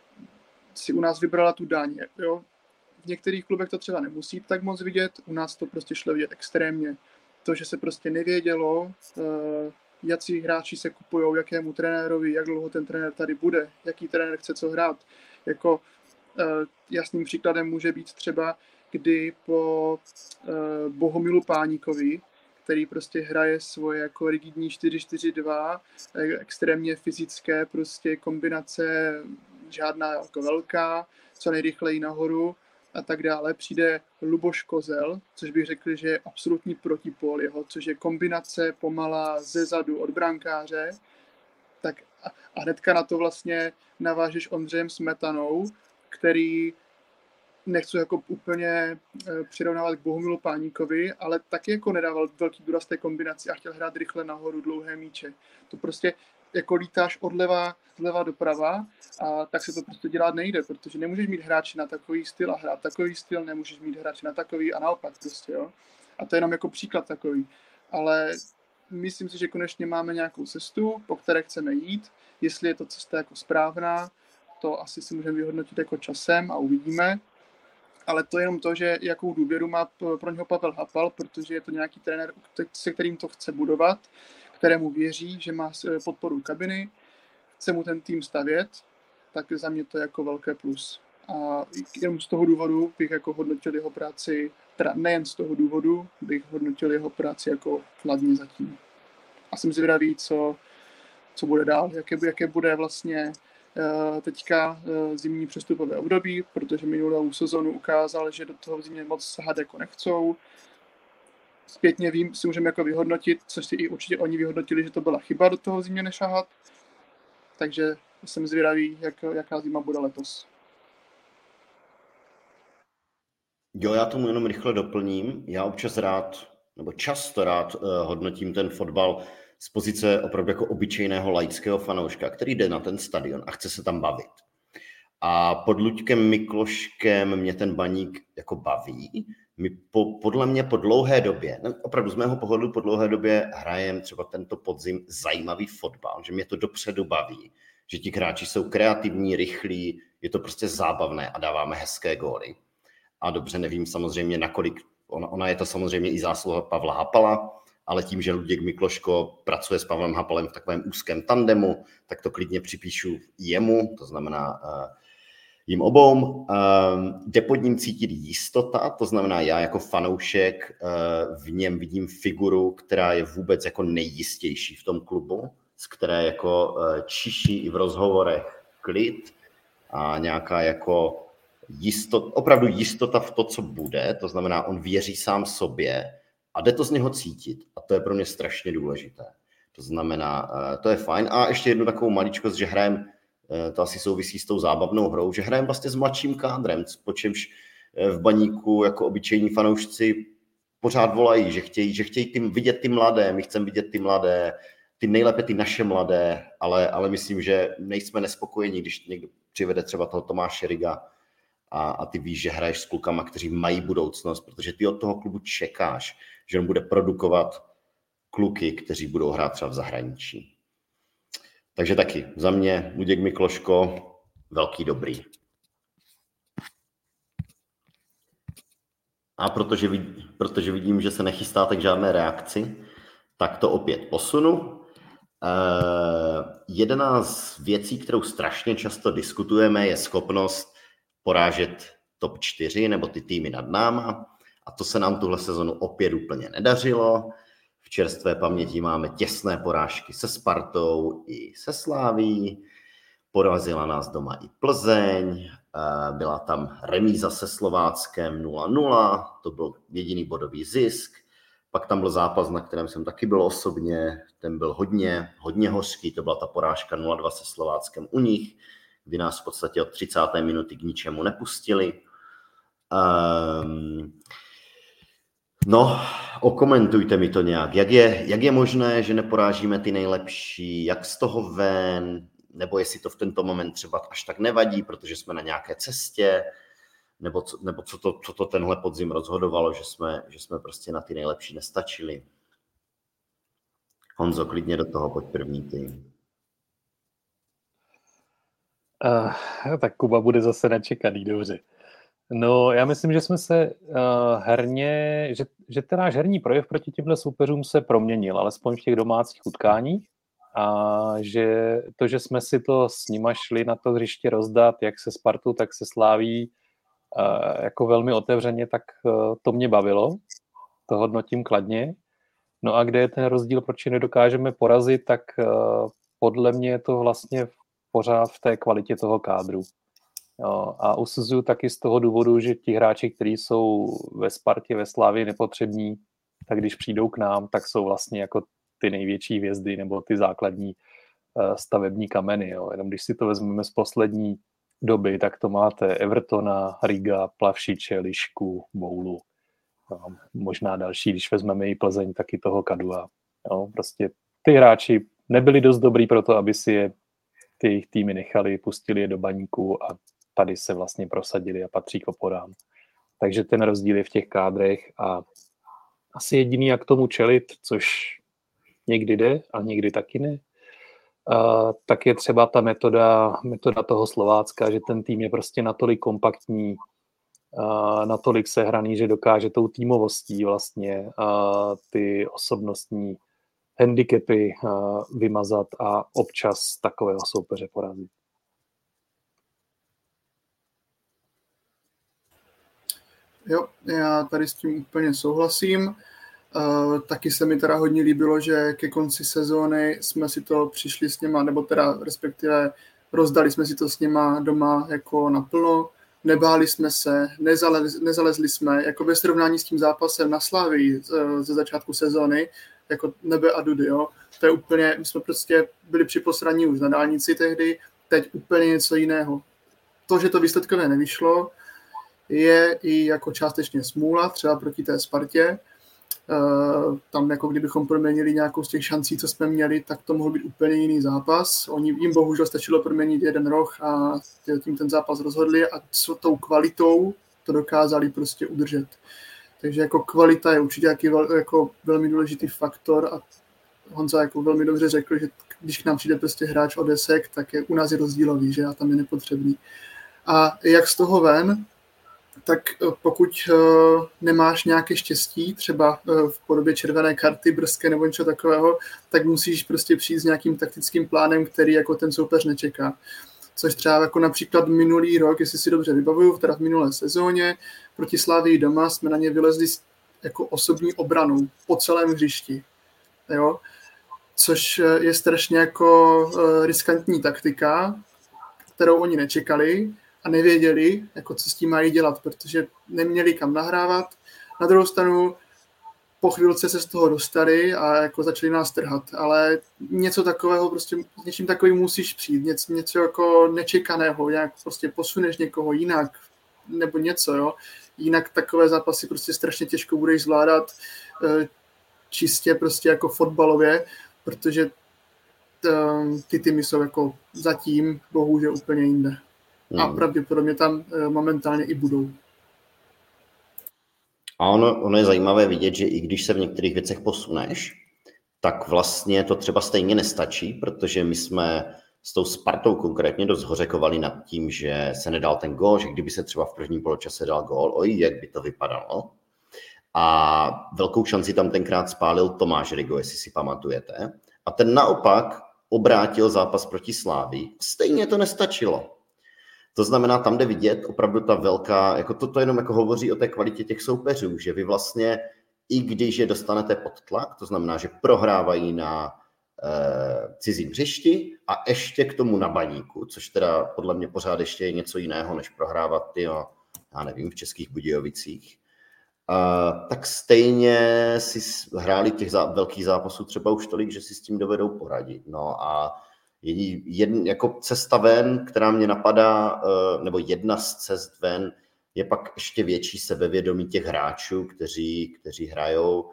si u nás vybrala tu daň. Jo? V některých klubech to třeba nemusí tak moc vidět, u nás to prostě šlo vidět extrémně. To, že se prostě nevědělo, jaký hráči se kupujou, jakému trenérovi, jak dlouho ten trenér tady bude, jaký trenér chce co hrát. Jako jasným příkladem může být třeba, kdy po Bohumilu Páníkovi, který prostě hraje svoje jako rigidní čtyři čtyři dva, extrémně fyzické prostě kombinace, žádná jako velká, co nejrychleji nahoru a tak dále. Přijde Luboš Kozel, což bych řekl, že je absolutní protipól jeho, což je kombinace pomalá ze zadu od brankáře, tak a, a hnedka na to vlastně navážeš Ondřejem Smetanou, který nechci jako úplně přirovnávat k Bohumilu Páníkovi, ale taky jako nedával velký důraz té kombinaci a chtěl hrát rychle nahoru dlouhé míče. To prostě jako lítáš odleva, zleva doprava a tak se to prostě dělat nejde, protože nemůžeš mít hráče na takový styl a hrát takový styl, nemůžeš mít hráče na takový a naopak prostě, jo. A to je jenom jako příklad takový. Ale myslím si, že konečně máme nějakou cestu, po které chceme jít. Jestli je to cesta jako správná, to asi si můžeme vyhodnotit jako časem a uvidíme. Ale to je jenom to, že jakou důvěru má pro něho Pavel Hapal, protože je to nějaký trenér, se kterým to chce budovat, kterému věří, že má podporu kabiny, chce mu ten tým stavět, tak za mě to je jako velké plus. A jenom z toho důvodu bych jako hodnotil jeho práci, teda nejen z toho důvodu, bych hodnotil jeho práci jako kladně zatím. A jsem zvědavý, co, co bude dál, jaké, jaké bude vlastně teďka zimní přestupové období, protože minulou sezonu ukázal, že do toho zimě moc sahat jako nechcou. Zpětně vím, si můžeme jako vyhodnotit, což si i určitě oni vyhodnotili, že to byla chyba do toho zimě nešahat. Takže jsem zvědavý, jak, jaká zima bude letos. Jo, já tomu jenom rychle doplním. Já občas rád, nebo často rád uh, hodnotím ten fotbal z pozice opravdu jako obyčejného laického fanouška, který jde na ten stadion a chce se tam bavit. A pod Luďkem Mikloškem mě ten Baník jako baví. My po, podle mě po dlouhé době, opravdu z mého pohledu po dlouhé době hrajem třeba tento podzim zajímavý fotbal, že mě to dopředu baví, že ti hráči jsou kreativní, rychlí, je to prostě zábavné a dáváme hezké góly. A dobře, nevím samozřejmě nakolik, ona, ona je to samozřejmě i zásluha Pavla Hapala, ale tím, že Luděk Mikloško pracuje s Pavlem Hapalem v takovém úzkém tandemu, tak to klidně připíšu jemu, to znamená jim obou. Jde pod ním cítit jistota, to znamená já jako fanoušek v něm vidím figuru, která je vůbec jako nejjistější v tom klubu, z které jako čiší i v rozhovorech klid a nějaká jako jistota, opravdu jistota v to, co bude, to znamená on věří sám sobě a jde to z něho cítit a to je pro mě strašně důležité. To znamená, to je fajn. A ještě jednu takovou maličkost, že hrajem, to asi souvisí s tou zábavnou hrou, že hrajeme vlastně s mladším kádrem, po čemž v Baníku jako obyčejní fanoušci pořád volají, že chtějí, že chtějí ty, vidět ty mladé, my chceme vidět ty mladé, ty nejlépe ty naše mladé, ale, ale myslím, že nejsme nespokojení, když někdo přivede třeba toho Tomáše Riga a, a ty víš, že hraješ s klukama, kteří mají budoucnost, protože ty od toho klubu čekáš, že on bude produkovat kluky, kteří budou hrát třeba v zahraničí. Takže taky za mě Luděk Mikloško, velký dobrý. A protože, vid, protože vidím, že se nechystáte k žádné reakci, tak to opět posunu. Uh, jedna z věcí, kterou strašně často diskutujeme, je schopnost porážet top čtyři nebo ty týmy nad náma. A to se nám tuhle sezonu opět úplně nedařilo. V čerstvé paměti máme těsné porážky se Spartou i se Slaví. Porazila nás doma i Plzeň. Byla tam remíza se Slováckem nula nula. To byl jediný bodový zisk. Pak tam byl zápas, na kterém jsem taky byl osobně. Ten byl hodně, hodně hořký. To byla ta porážka nula dva se Slováckem u nich, kdy nás v podstatě od třicáté minuty k ničemu nepustili. Um, no, okomentujte mi to nějak. Jak je, jak je možné, že neporážíme ty nejlepší? Jak z toho ven? Nebo jestli to v tento moment třeba až tak nevadí, protože jsme na nějaké cestě? Nebo co, nebo co, to, co to tenhle podzim rozhodovalo, že jsme, že jsme prostě na ty nejlepší nestačili? Honzo, klidně do toho, pojď první ty. Uh, tak Kuba bude zase nečekaný, dobře. No, já myslím, že jsme se uh, herně, že, že ten náš herní projev proti těmhle soupeřům se proměnil, alespoň v těch domácích utkáních. A že to, že jsme si to s nima šli na to hřiště rozdat, jak se Spartu, tak se Slaví, uh, jako velmi otevřeně, tak uh, to mě bavilo. To hodnotím kladně. No a kde je ten rozdíl, proč je nedokážeme porazit, tak uh, podle mě je to vlastně pořád v té kvalitě toho kádru. Jo, a usuzuju taky z toho důvodu, že ti hráči, kteří jsou ve Spartě, ve Slavii nepotřební, tak když přijdou k nám, tak jsou vlastně jako ty největší hvězdy nebo ty základní uh, stavební kameny. Jo. Jenom když si to vezmeme z poslední doby, tak to máte Evertona, Riga, Plavšiče, Lišku, Boulu. Jo, možná další, když vezmeme i Plzeň, taky toho Kadua. Jo. Prostě ty hráči nebyli dost dobrý pro to, aby si je ty jejich týmy nechali, pustili je do Baníku a tady se vlastně prosadili a patří k oporám. Takže ten rozdíl je v těch kádrech a asi jediný, jak tomu čelit, což někdy jde a někdy taky ne, a tak je třeba ta metoda, metoda toho Slovácka, že ten tým je prostě natolik kompaktní, a natolik sehraný, že dokáže tou týmovostí vlastně a ty osobnostní handicapy uh, vymazat a občas takového soupeře porazit. Jo, já tady s tím úplně souhlasím. Uh, taky se mi teda hodně líbilo, že ke konci sezóny jsme si to přišli s něma, nebo teda respektive rozdali jsme si to s něma doma jako naplno. Nebáli jsme se, nezalez, nezalezli jsme, jako ve srovnání s tím zápasem na Slavii ze začátku sezóny, jako nebe a dudy, jo. To je úplně, my jsme prostě byli při posraní už na dálnici tehdy, teď úplně něco jiného. To, že to výsledkově nevyšlo, je i jako částečně smůla, třeba proti té Spartě. Uh, tam jako kdybychom proměnili nějakou z těch šancí, co jsme měli, tak to mohl být úplně jiný zápas. Oni, jim bohužel stačilo proměnit jeden roh a tím ten zápas rozhodli a s tou kvalitou to dokázali prostě udržet. Takže jako kvalita je určitě jaký vel, jako velmi důležitý faktor a Honza jako velmi dobře řekl, že když k nám přijde prostě hráč o desek, tak je, u nás je rozdílový, že a tam je nepotřebný. A jak z toho ven, tak pokud nemáš nějaké štěstí, třeba v podobě červené karty, brzké nebo něco takového, tak musíš prostě přijít s nějakým taktickým plánem, který jako ten soupeř nečeká. Což třeba jako například minulý rok, jestli si dobře vybavuju, teda v minulé sezóně, proti Slavii doma jsme na ně vylezli jako osobní obranou po celém hřišti. Jo? Což je strašně jako riskantní taktika, kterou oni nečekali a nevěděli, jako co s tím mají dělat, protože neměli kam nahrávat. Na druhou stranu po chvilce se z toho dostali a jako začali nás trhat, ale něco takového, prostě něčím takovým musíš přijít, něco, něco jako nečekaného, nějak prostě posuneš někoho jinak, nebo něco, jo. Jinak takové zápasy prostě strašně těžko budeš zvládat čistě prostě jako fotbalově, protože ty týmy jsou jako zatím bohužel úplně jinde. Hmm. A pravděpodobně tam momentálně i budou. A ono, ono je zajímavé vidět, že i když se v některých věcech posuneš, tak vlastně to třeba stejně nestačí, protože my jsme s tou Spartou konkrétně dost hořekovali nad tím, že se nedal ten gól, že kdyby se třeba v prvním poločase dal gól, oj, jak by to vypadalo. A velkou šanci tam tenkrát spálil Tomáš Rigo, jestli si pamatujete. A ten naopak obrátil zápas proti Slávii. Stejně to nestačilo. To znamená, tam jde vidět opravdu ta velká, jako toto jenom jako hovoří o té kvalitě těch soupeřů, že vy vlastně, i když je dostanete pod tlak, to znamená, že prohrávají na e, cizím hřišti a ještě k tomu na Baníku, což teda podle mě pořád ještě je něco jiného, než prohrávat ty, no, já nevím, v Českých Budějovicích, e, tak stejně si hráli těch zá, velkých zápasů třeba už tolik, že si s tím dovedou poradit. No a Jedn, jako cesta ven, která mě napadá, nebo jedna z cest ven, je pak ještě větší sebevědomí těch hráčů, kteří, kteří hrajou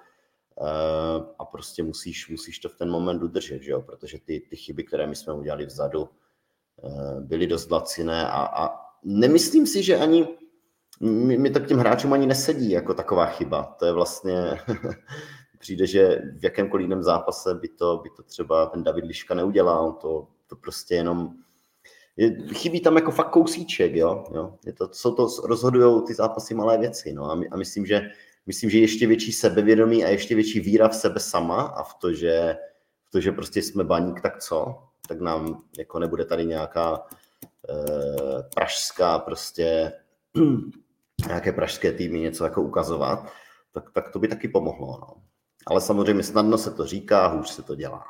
a prostě musíš, musíš to v ten moment udržet, že jo? Protože ty, ty chyby, které my jsme udělali vzadu, byly dost laciné a, a nemyslím si, že ani mi, mi to k těm hráčům ani nesedí jako taková chyba. To je vlastně... Přijde, že v jakémkoliv jiném zápase by to, by to třeba ten David Liška neudělal, to, to prostě jenom, je, chybí tam jako fakt kousíček, jo, jo. Je to, jsou to, rozhodujou ty zápasy malé věci, no a, my, a myslím, že, myslím, že ještě větší sebevědomí a ještě větší víra v sebe sama a v to, že, v to, že prostě jsme Baník, tak co, tak nám jako nebude tady nějaká eh, pražská prostě, nějaké pražské týmy něco jako ukazovat, tak, tak to by taky pomohlo, no. Ale samozřejmě snadno se to říká, hůř se to dělá.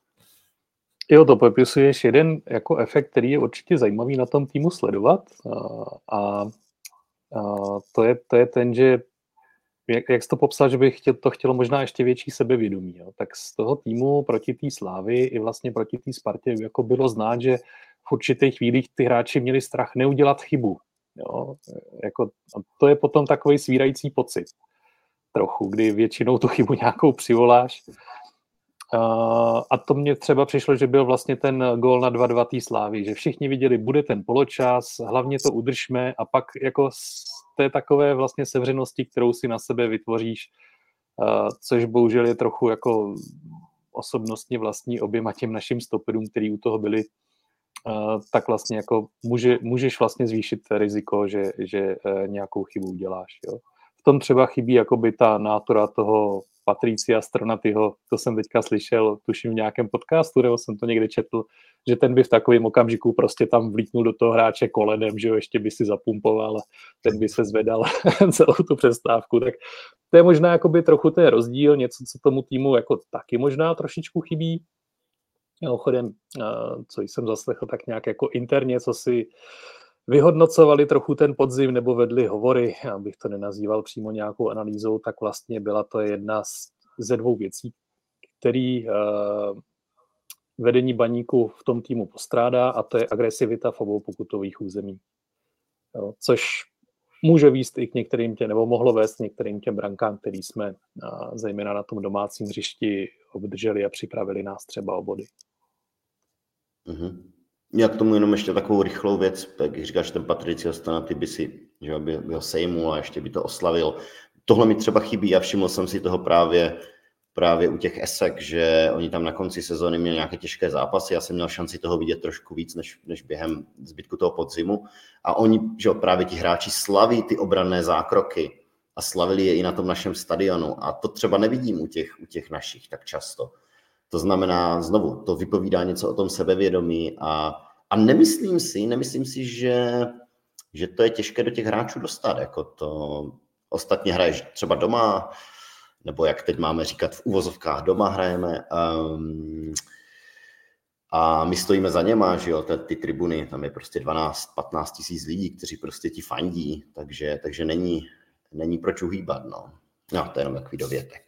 Jo, to popisuješ jeden jako efekt, který je určitě zajímavý na tom týmu sledovat. A, a to, je, to je ten, že jak, jak jsi to popsal, že by chtěl, to chtělo možná ještě větší sebevědomí. Jo? Tak z toho týmu proti té Slávii i vlastně proti té Spartě jako bylo znát, že v určitých chvílích ty hráči měli strach neudělat chybu. Jo? Jako, a to je potom takový svírající pocit. Trochu, kdy většinou tu chybu nějakou přivoláš. Uh, a to mně třeba přišlo, že byl vlastně ten gól na dva dva té Slávy, že všichni viděli, bude ten poločas, hlavně to udržme a pak jako z té takové vlastně sevřenosti, kterou si na sebe vytvoříš, uh, což bohužel je trochu jako osobnostně vlastní oběma těm našim stoperům, který u toho byli, uh, tak vlastně jako může, můžeš vlastně zvýšit riziko, že, že uh, nějakou chybu uděláš, jo. V tom třeba chybí jakoby ta nátora toho Patricia Stranatyho, to jsem teďka slyšel, tuším v nějakém podcastu, nebo jsem to někde četl, že ten by v takovém okamžiku prostě tam vlítnul do toho hráče kolenem, že jo, ještě by si zapumpoval a ten by se zvedal celou tu přestávku, tak to je možná jakoby trochu ten rozdíl, něco, co tomu týmu jako taky možná trošičku chybí. Mimochodem, co jsem zaslechl, tak nějak jako interně, co si vyhodnocovali trochu ten podzim nebo vedli hovory, abych to nenazýval přímo nějakou analýzou, tak vlastně byla to jedna z, ze dvou věcí, který uh, vedení Baníku v tom týmu postrádá, a to je agresivita v obou pokutových území. Jo, což může vést i k některým těm, nebo mohlo vést k některým těm brankám, který jsme uh, zejména na tom domácím hřišti obdrželi a připravili nás třeba o body. Mm-hmm. Já k tomu jenom ještě takovou rychlou věc, jak říkáš, ten Patricio Stranaty by si, že by, by ho sejmul a ještě by to oslavil. Tohle mi třeba chybí a všiml jsem si toho právě právě u těch esek, že oni tam na konci sezóny měli nějaké těžké zápasy. Já jsem měl šanci toho vidět trošku víc, než, než během zbytku toho podzimu. A oni, že jo, právě ti hráči slaví ty obranné zákroky a slavili je i na tom našem stadionu. A to třeba nevidím u těch, u těch našich tak často. To znamená, znovu, to vypovídá něco o tom sebevědomí a, a nemyslím si, nemyslím si, že, že to je těžké do těch hráčů dostat. Jako to ostatně hraješ třeba doma, nebo jak teď máme říkat, v uvozovkách doma hrajeme um, a my stojíme za něma, že jo, ty, ty tribuny, tam je prostě dvanáct patnáct tisíc lidí, kteří prostě ti fandí, takže, takže není, není proč uhýbat, no. No, to je jenom takový dovětek.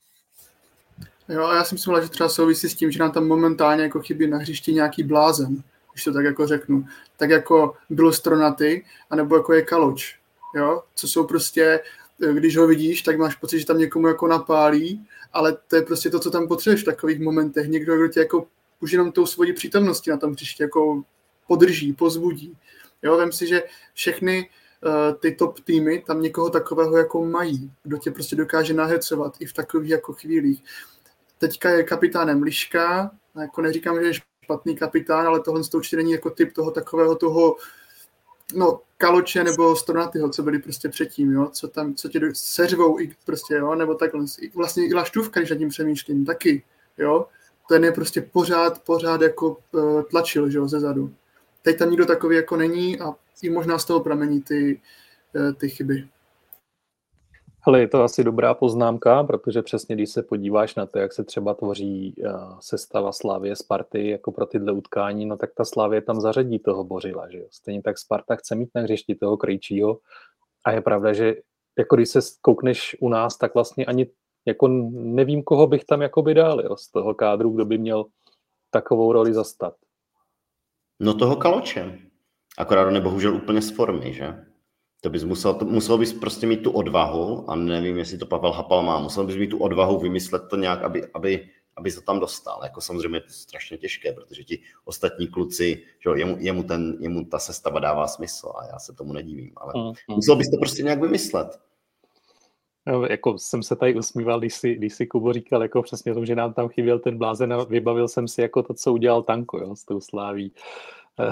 Jo, a já jsem si myslel, že třeba souvisí s tím, že nám tam momentálně jako chybí na hřišti nějaký blázen, když to tak jako řeknu. Tak jako bylo Stronaty, anebo jako je Kaloč, jo, co jsou prostě, když ho vidíš, tak máš pocit, že tam někomu jako napálí, ale to je prostě to, co tam potřebuješ v takových momentech. Někdo, kdo tě jako už jenom tou svojí přítomností na tom hřišti jako podrží, pozbudí. Jo, vem si, že všechny uh, ty top týmy tam někoho takového jako mají, kdo tě prostě dokáže nahecovat i v takových jako chvílích. Teďka je kapitánem Liška, jako neříkám, že je špatný kapitán, ale tohle to určitě není jako typ toho takového toho, no, Kaloče nebo Stronatyho, co byli prostě předtím, jo, co tam, co tě seřvou i prostě, jo, nebo takhle. Vlastně i Laštůvka, když nad tím přemýšlím, taky, jo, ten je prostě pořád, pořád jako uh, tlačil, že jo, zezadu. Teď tam nikdo takový jako není a i možná z toho pramení ty, uh, ty chyby. Hele, je to asi dobrá poznámka, protože přesně když se podíváš na to, jak se třeba tvoří uh, sestava Slavie Sparty jako pro tyhle utkání, no tak ta Slavie tam zařadí toho Bořila, že jo. Stejně tak Sparta chce mít na hřišti toho Krejčího a je pravda, že jako když se koukneš u nás, tak vlastně ani jako nevím, koho bych tam jakoby dal, jo, z toho kádru, kdo by měl takovou roli zastat. No toho Kaloče. Akorát on je bohužel úplně z formy, že? To bys musel, to, musel bys prostě mít tu odvahu, a nevím, jestli to Pavel Hapal má, musel bys mít tu odvahu vymyslet to nějak, aby, aby, aby se tam dostal. Jako samozřejmě je to strašně těžké, protože ti ostatní kluci, že jemu, jemu, ten, jemu ta sestava dává smysl a já se tomu nedivím, ale mm, mm. musel bys to prostě nějak vymyslet. No, jako jsem se tady usmíval, když si, když si Kubo říkal jako přesně o tom, že nám tam chyběl ten blázen a vybavil jsem si jako to, co udělal Tanko, jo, s tou Sláví. Eh,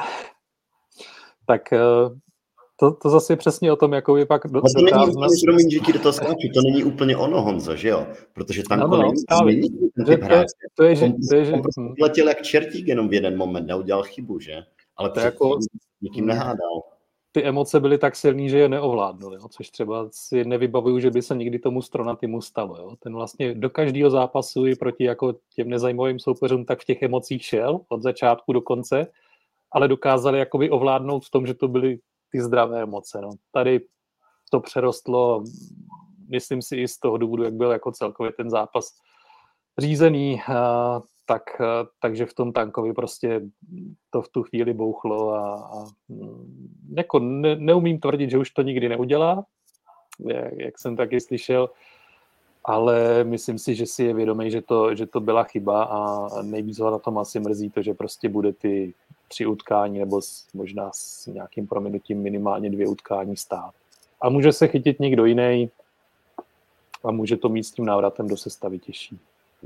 tak eh, to, to zase je přesně o tom, jako by pak... Do, to není úplně, promiň, že ti do toho skáču, to není úplně ono, Honzo, že jo? Protože Tanko no, no, není, není ten typ hráč. To je, že... On, to je, že on prostě letěl jak čertík jenom v jeden moment, neudělal chybu, že? Ale předtím jako, nikým nehádal. Ty emoce byly tak silný, že je neovládnul, jo? Což třeba si nevybavuju, že by se někdy tomu Stronatymu stalo. Jo? Ten vlastně do každého zápasu i proti jako těm nezajímavým soupeřům tak v těch emocích šel od začátku do konce, ale dokázali jakoby ovládnout v tom, že to byly ty zdravé emoce. No. Tady to přerostlo, myslím si i z toho důvodu, jak byl jako celkově ten zápas řízený, a, tak, a, takže v tom Tankovi prostě to v tu chvíli bouchlo a, a jako ne, neumím tvrdit, že už to nikdy neudělá, jak, jak jsem taky slyšel, ale myslím si, že si je vědomý, že to, že to byla chyba a nejvíc ho na tom asi mrzí to, že prostě bude ty tři utkání nebo s, možná s nějakým prominutím minimálně dvě utkání stát. A může se chytit někdo jiný a může to mít s tím návratem do sestavy těžší.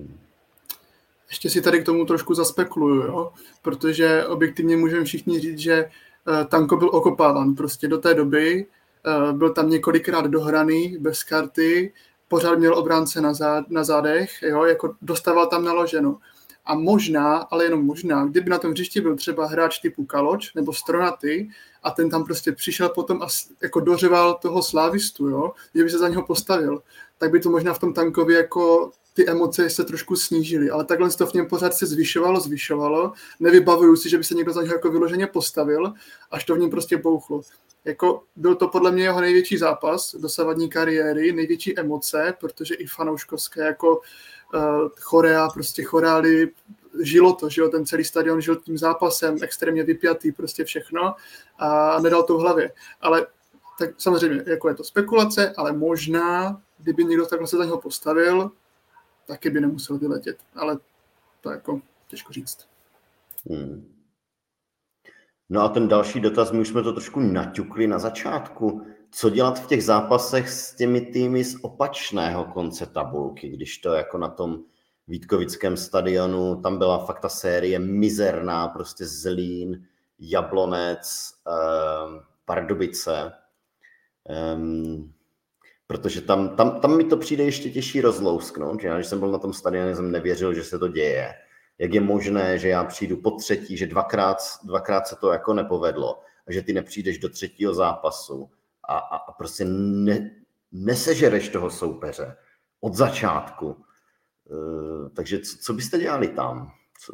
Ještě si tady k tomu trošku zaspekuluju, jo? Protože objektivně můžeme všichni říct, že uh, Tanko byl okopávan prostě do té doby, uh, byl tam několikrát dohraný, bez karty, pořád měl obránce na, zád, na zádech, jo? Jako dostával tam naloženo. A možná, ale jenom možná, kdyby na tom hřišti byl třeba hráč typu Kaloč nebo Stronaty a ten tam prostě přišel potom a jako dořeval toho slávistu, jo, že by se za něho postavil, tak by to možná v tom Tankovi jako ty emoce se trošku snížily, ale takhle to v něm pořád se zvyšovalo, zvyšovalo, nevybavuju si, že by se někdo za něho jako vyloženě postavil, až to v něm prostě bouchlo. Jako byl to podle mě jeho největší zápas dosavadní kariéry, největší emoce, protože i fanouškovské jako uh, chorea, prostě chorály, žilo to, že jo, ten celý stadion žil tím zápasem, extrémně vypjatý, prostě všechno a nedal to v hlavě. Ale tak samozřejmě, jako je to spekulace, ale možná, kdyby někdo takhle se za něho postavil, taky by nemusel vyletět, ale to jako těžko říct. Hmm. No a ten další dotaz, my už jsme to trošku naťukli na začátku. co dělat v těch zápasech s těmi týmy z opačného konce tabulky, když to jako na tom Vítkovickém stadionu, tam byla fakt ta série mizerná, prostě Zlín, Jablonec, eh, Pardubice, um, protože tam, tam, tam mi to přijde ještě těžší rozlousknout, že já, když jsem byl na tom stadioně, jsem nevěřil, že se to děje. Jak je možné, že já přijdu po třetí, že dvakrát, dvakrát se to jako nepovedlo a že ty nepřijdeš do třetího zápasu a, a, a prostě ne, nesežereš toho soupeře od začátku. Uh, takže co, co byste dělali tam? Co...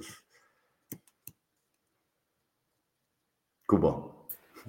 Kubo.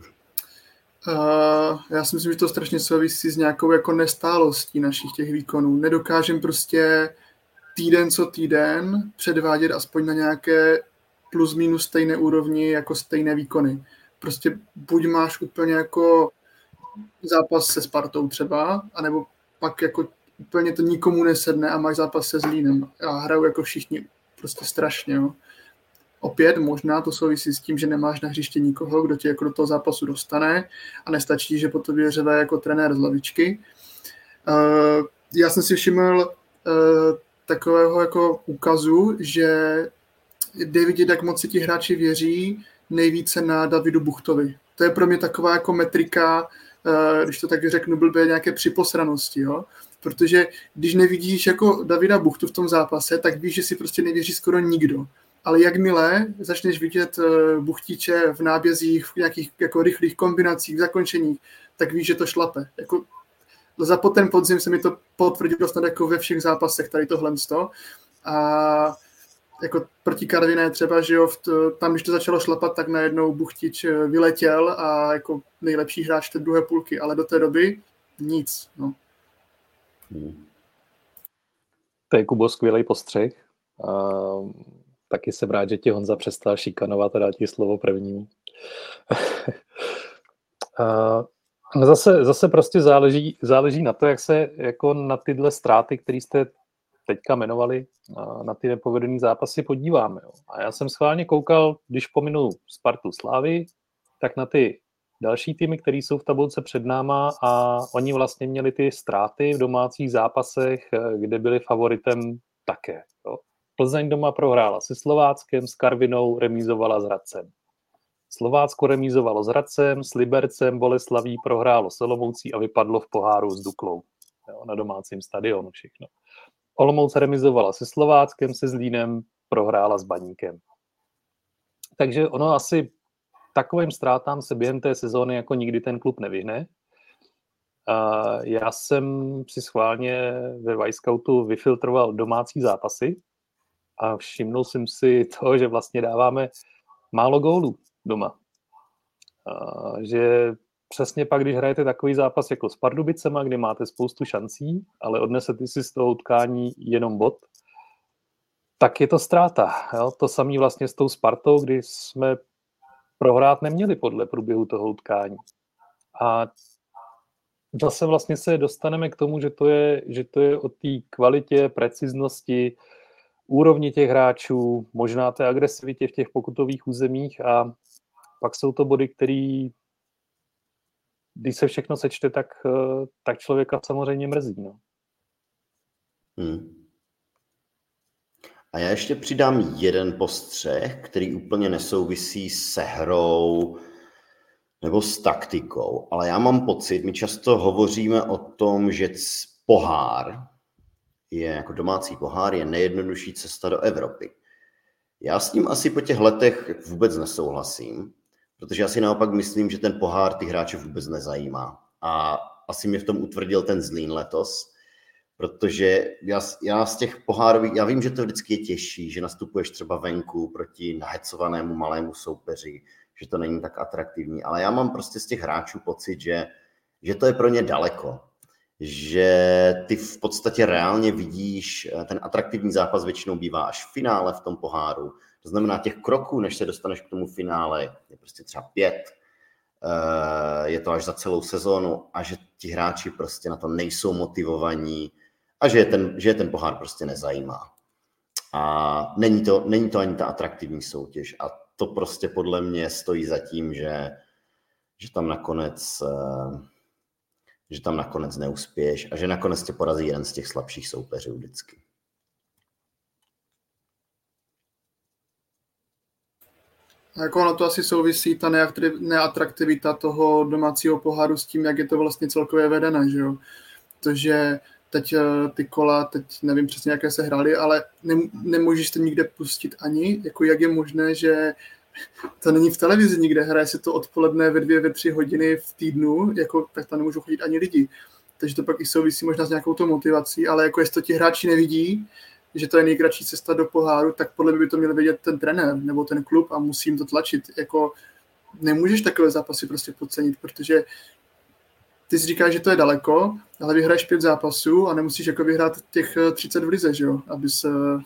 Uh, já si myslím, že to strašně souvisí s nějakou jako nestálostí našich těch výkonů. Nedokážem prostě týden co týden předvádět aspoň na nějaké plus minus stejné úrovni jako stejné výkony. Prostě buď máš úplně jako zápas se Spartou třeba, anebo pak jako úplně to nikomu nesedne a máš zápas se Zlínem a hrajou jako všichni prostě strašně. Jo. Opět možná to souvisí s tím, že nemáš na hřiště nikoho, kdo tě jako do toho zápasu dostane a nestačí, že po tobě řve jako trenér z lavičky. Uh, já jsem si všiml uh, takového jako úkazu, že jde vidět, jak moc si ti hráči věří nejvíce na Davidu Buchtovi. To je pro mě taková jako metrika, uh, když to tak řeknu, blbě nějaké připosranosti, jo? Protože když nevidíš jako Davida Buchtu v tom zápase, tak víš, že si prostě nevěří skoro nikdo. Ale jakmile začneš vidět Buchtíče v nábězích, v nějakých jako rychlých kombinacích, v zakončeních, tak víš, že to šlape. Jako za ten podzim se mi to potvrdilo snad jako ve všech zápasech tady tohle. A jako proti Karviné třeba, že jo, to, tam, když to začalo šlapat, tak najednou Buchtič vyletěl a jako nejlepší hráč té druhé půlky, ale do té doby nic. No. To je, Kubo, skvělý postřeh. Uh... Taky jsem rád, že ti Honza přestal šikanovat a dát ti slovo první. uh, zase, zase prostě záleží, záleží na to, jak se jako na tyhle ztráty, které jste teďka jmenovali, uh, na ty nepovedené zápasy podíváme. Jo. A já jsem schválně koukal, když pominu Spartu, Slávy, tak na ty další týmy, které jsou v tabulce před náma a oni vlastně měli ty ztráty v domácích zápasech, kde byli favoritem také. Jo. Plzeň doma prohrála se Slováckem, s Karvinou remízovala s Hradcem. Slovácko remízovalo s Hradcem, s Libercem, Boleslaví prohrálo s Olomoucí a vypadlo v poháru s Duklou. Jo, na domácím stadionu všechno. Olomouc remizovala se Slováckem, se Zlínem, prohrála s Baníkem. Takže ono asi takovým ztrátám se během té sezóny jako nikdy ten klub nevyhne. A já jsem si schválně ve Vyscoutu vyfiltroval domácí zápasy a všimnul jsem si to, že vlastně dáváme málo gólů doma. A že přesně pak, když hrajete takový zápas jako s Pardubicema, kde máte spoustu šancí, ale odnesete si z toho utkání jenom bod, tak je to ztráta. Jo? To samé vlastně s tou Spartou, kdy jsme prohrát neměli podle průběhu toho utkání. A zase vlastně se dostaneme k tomu, že to je, že to je o té kvalitě, preciznosti, úrovni těch hráčů, možná té agresivitě v těch pokutových územích a pak jsou to body, které, když se všechno sečte, tak, tak člověka samozřejmě mrzí. No. Hmm. A já ještě přidám jeden postřeh, který úplně nesouvisí se hrou nebo s taktikou, ale já mám pocit, my často hovoříme o tom, že pohár je jako domácí pohár, je nejjednodušší cesta do Evropy. Já s tím asi po těch letech vůbec nesouhlasím, protože já si naopak myslím, že ten pohár ty hráče vůbec nezajímá. A asi mě v tom utvrdil ten Zlín letos, protože já, já z těch pohárových, já vím, že to vždycky je těžší, že nastupuješ třeba venku proti nahecovanému malému soupeři, že to není tak atraktivní, ale já mám prostě z těch hráčů pocit, že, že to je pro ně daleko. Že ty v podstatě reálně vidíš, ten atraktivní zápas většinou bývá až v finále v tom poháru. To znamená, těch kroků, než se dostaneš k tomu finále, je prostě třeba pět, je to až za celou sezónu a že ti hráči prostě na to nejsou motivovaní a že je ten, že je ten pohár prostě nezajímá. A není to, není to ani ta atraktivní soutěž a to prostě podle mě stojí za tím, že, že tam nakonec že tam nakonec neuspěješ a že nakonec tě porazí jeden z těch slabších soupeřů vždycky. A jako ono to asi souvisí, ta neatraktivita toho domácího poháru s tím, jak je to vlastně celkově vedené, že jo. Protože teď ty kola, teď nevím přesně, jaké se hrály, ale ne, nemůžeš to nikde pustit ani, jako jak je možné, že to není v televizi nikde, hraje se to odpoledne ve dvě, ve tři hodiny v týdnu, jako, tak tam nemůžou chodit ani lidi. Takže to pak i souvisí možná s nějakou to motivací, ale jako jestli to ti hráči nevidí, že to je nejkratší cesta do poháru, tak podle mě by to měl vědět ten trenér nebo ten klub a musí jim to tlačit. Jako nemůžeš takové zápasy prostě podcenit, protože ty si říkáš, že to je daleko, ale vyhraješ pět zápasů a nemusíš jako vyhrát těch třicet v lize, že jo, abys, uh,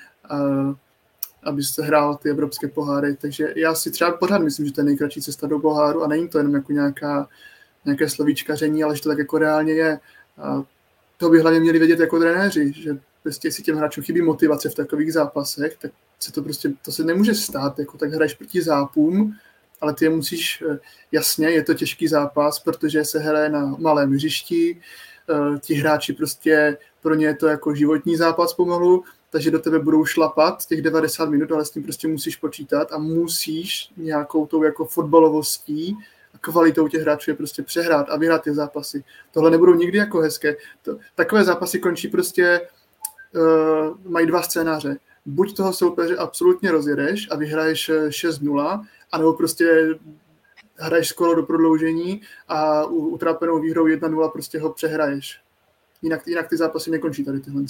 abys hrál ty evropské poháry. Takže já si třeba pořád myslím, že to je nejkratší cesta do poháru a není to jenom jako nějaká, nějaké slovíčkaření, ale že to tak jako reálně je. A to by hlavně měli vědět jako trenéři, že prostě jestli těm hráčům chybí motivace v takových zápasech, tak se to prostě, to se nemůže stát, jako tak hraješ proti zápům, ale ty je musíš, jasně, je to těžký zápas, protože se hraje na malém hřišti, ti hráči prostě, pro ně je to jako životní zápas pomalu, takže do tebe budou šlapat těch devadesát minut, ale s tím prostě musíš počítat a musíš nějakou tou jako fotbalovostí a kvalitou těch hráčů je prostě přehrát a vyhrát ty zápasy. Tohle nebudou nikdy jako hezké. To, takové zápasy končí prostě, uh, mají dva scénáře. Buď toho soupeře absolutně rozjedeš a vyhraješ šest nula, anebo prostě hraješ skoro do prodloužení a utrápenou výhrou jedna nula prostě ho přehraješ. Jinak, jinak ty zápasy nekončí tady tyhle.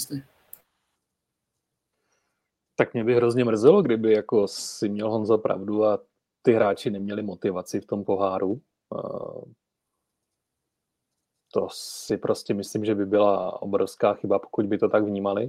Tak mě by hrozně mrzelo, kdyby jako si měl Honza pravdu a ty hráči neměli motivaci v tom poháru. To si prostě myslím, že by byla obrovská chyba, pokud by to tak vnímali.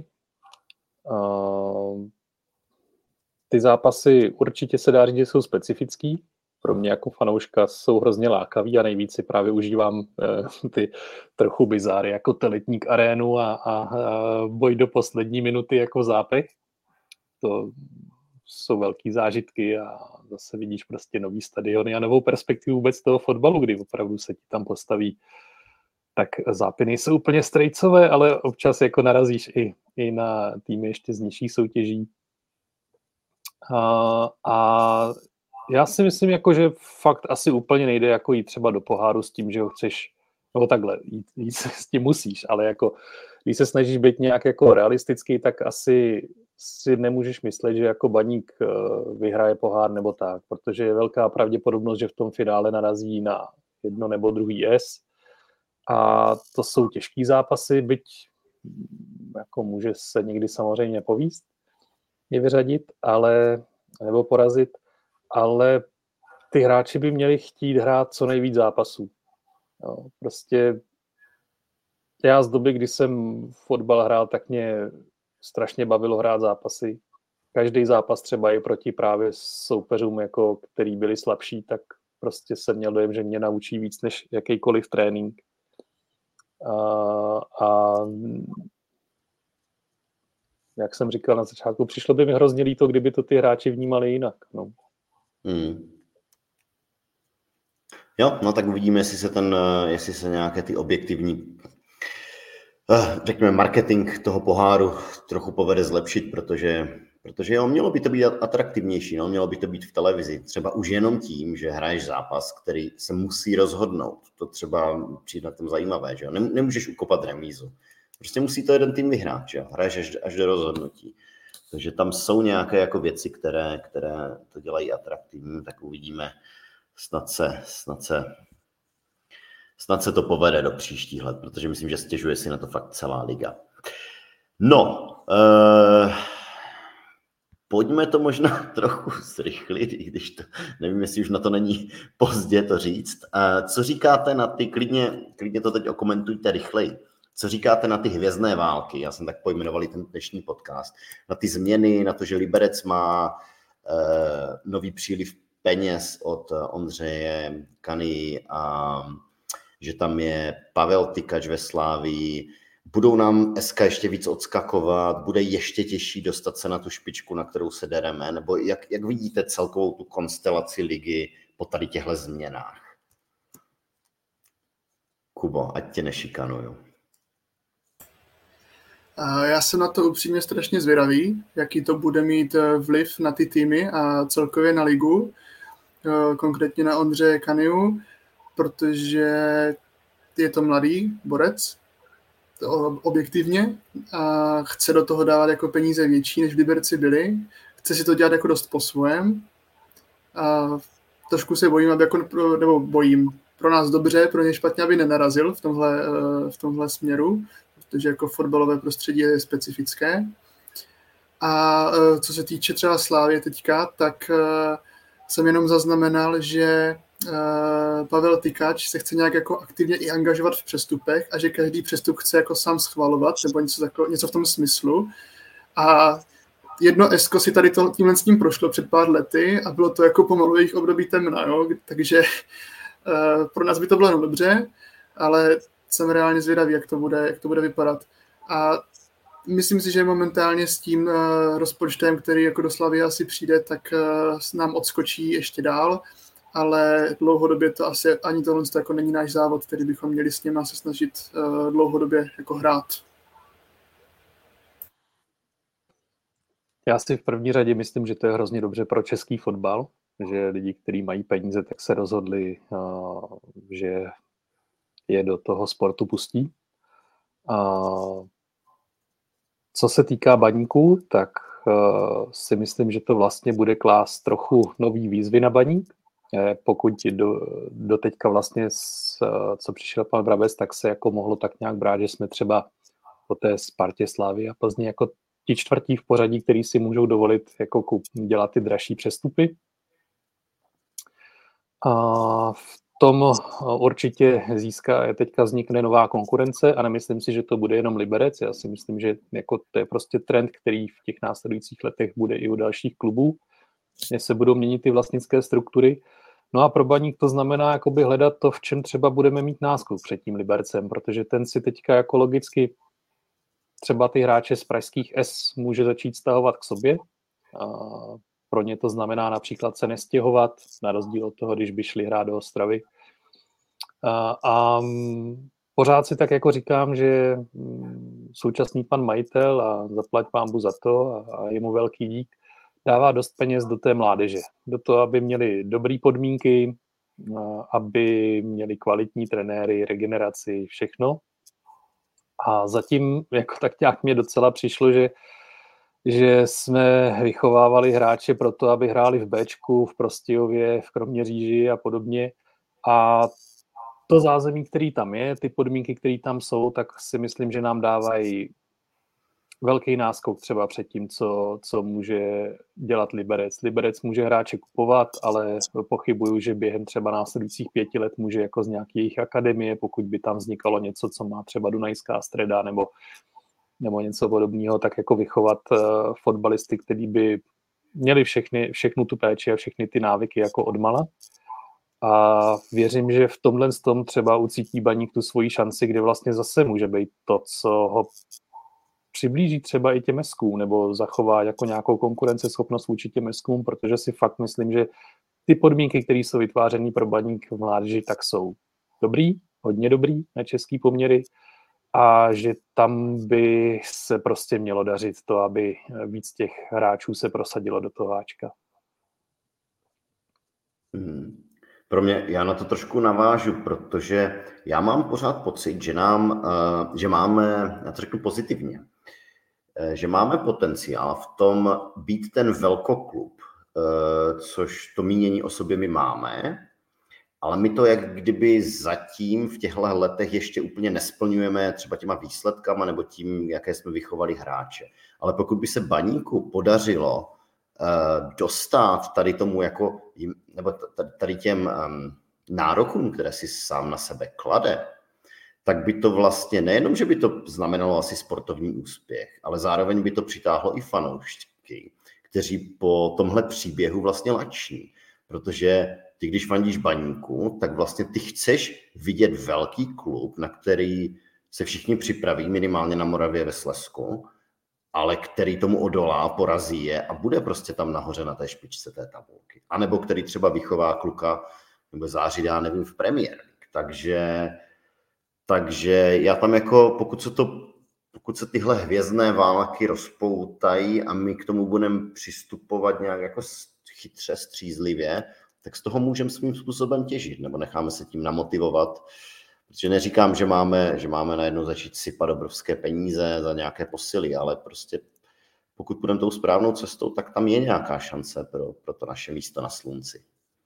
Ty zápasy určitě se dá říct, že jsou specifický. Pro mě jako fanouška jsou hrozně lákavý a nejvíc si právě užívám ty trochu bizáry jako Teletník arénu a, a, a boj do poslední minuty jako v zápech. To jsou velký zážitky a zase vidíš prostě nový stadiony a novou perspektivu vůbec toho fotbalu, kdy opravdu se ti tam postaví. Tak zápy nejsou úplně strejcové, ale občas jako narazíš i, i na týmy ještě z nižších soutěží. A, a já si myslím, jako, že fakt asi úplně nejde jako jít třeba do poháru s tím, že ho chceš, nebo takhle, jít, jít s tím musíš, ale jako, když se snažíš být nějak jako realistický, tak asi si nemůžeš myslet, že jako Baník vyhraje pohár nebo tak, protože je velká pravděpodobnost, že v tom finále narazí na jedno nebo druhý S. A to jsou těžký zápasy, byť jako může se někdy samozřejmě povíst je vyřadit, ale, nebo porazit, ale ty hráči by měli chtít hrát co nejvíc zápasů. Jo, prostě já z doby, kdy jsem fotbal hrál, tak mě strašně bavilo hrát zápasy. Každý zápas třeba i proti právě soupeřům, jako, který byli slabší, tak prostě jsem měl dojem, že mě naučí víc než jakýkoliv trénink. A, a jak jsem říkal na začátku, přišlo by mi hrozně líto, kdyby to ty hráči vnímali jinak. No. Hmm. Jo, no tak uvidíme, jestli se ten, jestli se nějaké ty objektivní, řekněme, marketing toho poháru trochu povede zlepšit, protože, protože jo, mělo by to být atraktivnější, no, mělo by to být v televizi. Třeba už jenom tím, že hraješ zápas, který se musí rozhodnout. To třeba přijde na tom zajímavé, že jo. Nemůžeš ukopat remízu. Prostě musí to jeden tým vyhrát, že jo. Hraješ až, až do rozhodnutí. Takže tam jsou nějaké jako věci, které, které to dělají atraktivní, tak uvidíme. Snad se, snad se, snad se to povede do příštích let, protože myslím, že stěžuje si na to fakt celá liga. No, uh, pojďme to možná trochu zrychlit, i když to, nevím, jestli už na to není pozdě to říct. Uh, co říkáte na ty, klidně, klidně to teď okomentujte rychleji, co říkáte na ty hvězdné války, já jsem tak pojmenovali ten dnešní podcast, na ty změny, na to, že Liberec má uh, nový příliv peněz od Ondřeje Kany a že tam je Pavel Tykač ve Slávii. Budou nám S K ještě víc odskakovat, bude ještě těžší dostat se na tu špičku, na kterou se dereme, nebo jak, jak vidíte celkovou tu konstelaci ligy po tady těchto změnách? Kubo, ať tě nešikanuju. Já jsem na to upřímně strašně zvědavý, jaký to bude mít vliv na ty týmy a celkově na ligu, konkrétně na Ondřeje Kaniu, protože je to mladý borec, objektivně, a chce do toho dávat jako peníze větší, než v Liberci byli. Chce si to dělat jako dost po svém. A trošku se bojím, aby jako, nebo bojím, pro nás dobře, pro ně špatně, aby nenarazil v tomhle, v tomhle směru, protože jako fotbalové prostředí je specifické. A co se týče třeba Slávie teďka, tak jsem jenom zaznamenal, že Pavel Tykač se chce nějak jako aktivně i angažovat v přestupech a že každý přestup chce jako sám schvalovat nebo něco, tako, něco v tom smyslu. A jedno Esko si tady to, tímhle s tím prošlo před pár lety a bylo to jako pomalu jejich období temna, jo? Takže uh, pro nás by to bylo jenom dobře, ale jsem reálně zvědavý, jak to bude, jak to bude vypadat. A myslím si, že momentálně s tím uh, rozpočtem, který jako do Slavie asi přijde, tak uh, nám odskočí ještě dál, ale dlouhodobě to asi ani tohle to jako není náš závod, který bychom měli s něma se snažit uh, dlouhodobě jako hrát. Já si v první řadě myslím, že to je hrozně dobře pro český fotbal, že lidi, kteří mají peníze, tak se rozhodli, uh, že je do toho sportu pustí. Uh, co se týká Baníku, tak uh, si myslím, že to vlastně bude klást trochu nový výzvy na Baník. Eh, pokud do, do teďka vlastně, s, uh, co přišel pan Brabec, tak se jako mohlo tak nějak brát, že jsme třeba po té Spartě, Slávy a Plzni jako ti čtvrtí v pořadí, který si můžou dovolit jako kup, dělat ty dražší přestupy. A v tom určitě získá, teďka vznikne nová konkurence a nemyslím si, že to bude jenom Liberec. Já si myslím, že jako to je prostě trend, který v těch následujících letech bude i u dalších klubů, kde se budou měnit ty vlastnické struktury. No a pro Baník to znamená jakoby hledat to, v čem třeba budeme mít náskok před tím Libercem, protože ten si teďka jako logicky třeba ty hráče z pražských S může začít stahovat k sobě. A pro ně to znamená například se nestěhovat, na rozdíl od toho, když by šli hrát do Ostravy. A, a pořád si tak jako říkám, že současný pan majitel, a zaplať pánbu za to, a, a je mu velký dík, dává dost peněz do té mládeže. Do toho, aby měli dobré podmínky, aby měli kvalitní trenéry, regeneraci, všechno. A zatím jako tak nějak mě docela přišlo, že, že jsme vychovávali hráče pro to, aby hráli v Bčku, v Prostějově, v Kroměříži a podobně. A to zázemí, který tam je, ty podmínky, které tam jsou, tak si myslím, že nám dávají velký náskok třeba před tím, co, co může dělat Liberec. Liberec může hráče kupovat, ale pochybuju, že během třeba následujících pěti let může jako z nějaké jejich akademie, pokud by tam vznikalo něco, co má třeba Dunajská Streda nebo, nebo něco podobného, tak jako vychovat uh, fotbalisty, kteří by měli všechny, všechnu tu péči a všechny ty návyky jako odmala. A věřím, že v tomhle tom třeba ucítí Baník tu svoji šanci, kde vlastně zase může být to, co ho přiblíží třeba i těm Eskům, nebo zachová jako nějakou konkurenceschopnost vůči těm Eskům, protože si fakt myslím, že ty podmínky, které jsou vytvářené pro Baník v mládeži, tak jsou dobrý, hodně dobrý na český poměry a že tam by se prostě mělo dařit to, aby víc těch hráčů se prosadilo do toho háčka. Hmm. Pro mě, já na to trošku navážu, protože já mám pořád pocit, že nám, že máme, já to řeknu pozitivně, že máme potenciál v tom být ten velkoklub, což to mínění o sobě my máme, ale my to jak kdyby zatím v těchto letech ještě úplně nesplňujeme třeba těma výsledkama nebo tím, jaké jsme vychovali hráče. Ale pokud by se Baníku podařilo dostat tady tomu jako, nebo tady těm nárokům, které si sám na sebe klade, tak by to vlastně nejenom, že by to znamenalo asi sportovní úspěch, ale zároveň by to přitáhlo i fanoušky, kteří po tomhle příběhu vlastně lační. Protože ty, když fandíš Baníku, tak vlastně ty chceš vidět velký klub, na který se všichni připraví, minimálně na Moravě ve Slezsku, ale který tomu odolá, porazí je a bude prostě tam nahoře na té špičce té tabulky. A nebo který třeba vychová kluka, nebo září, já nevím, v Premier League. Takže Takže já tam jako, pokud se to, pokud se tyhle hvězdné války rozpoutají a my k tomu budeme přistupovat nějak jako chytře, střízlivě, tak z toho můžeme svým způsobem těžit, nebo necháme se tím namotivovat. Protože neříkám, že máme, že máme najednou začít sypat obrovské peníze za nějaké posily, ale prostě pokud půjdeme tou správnou cestou, tak tam je nějaká šance pro, pro to naše místo na slunci.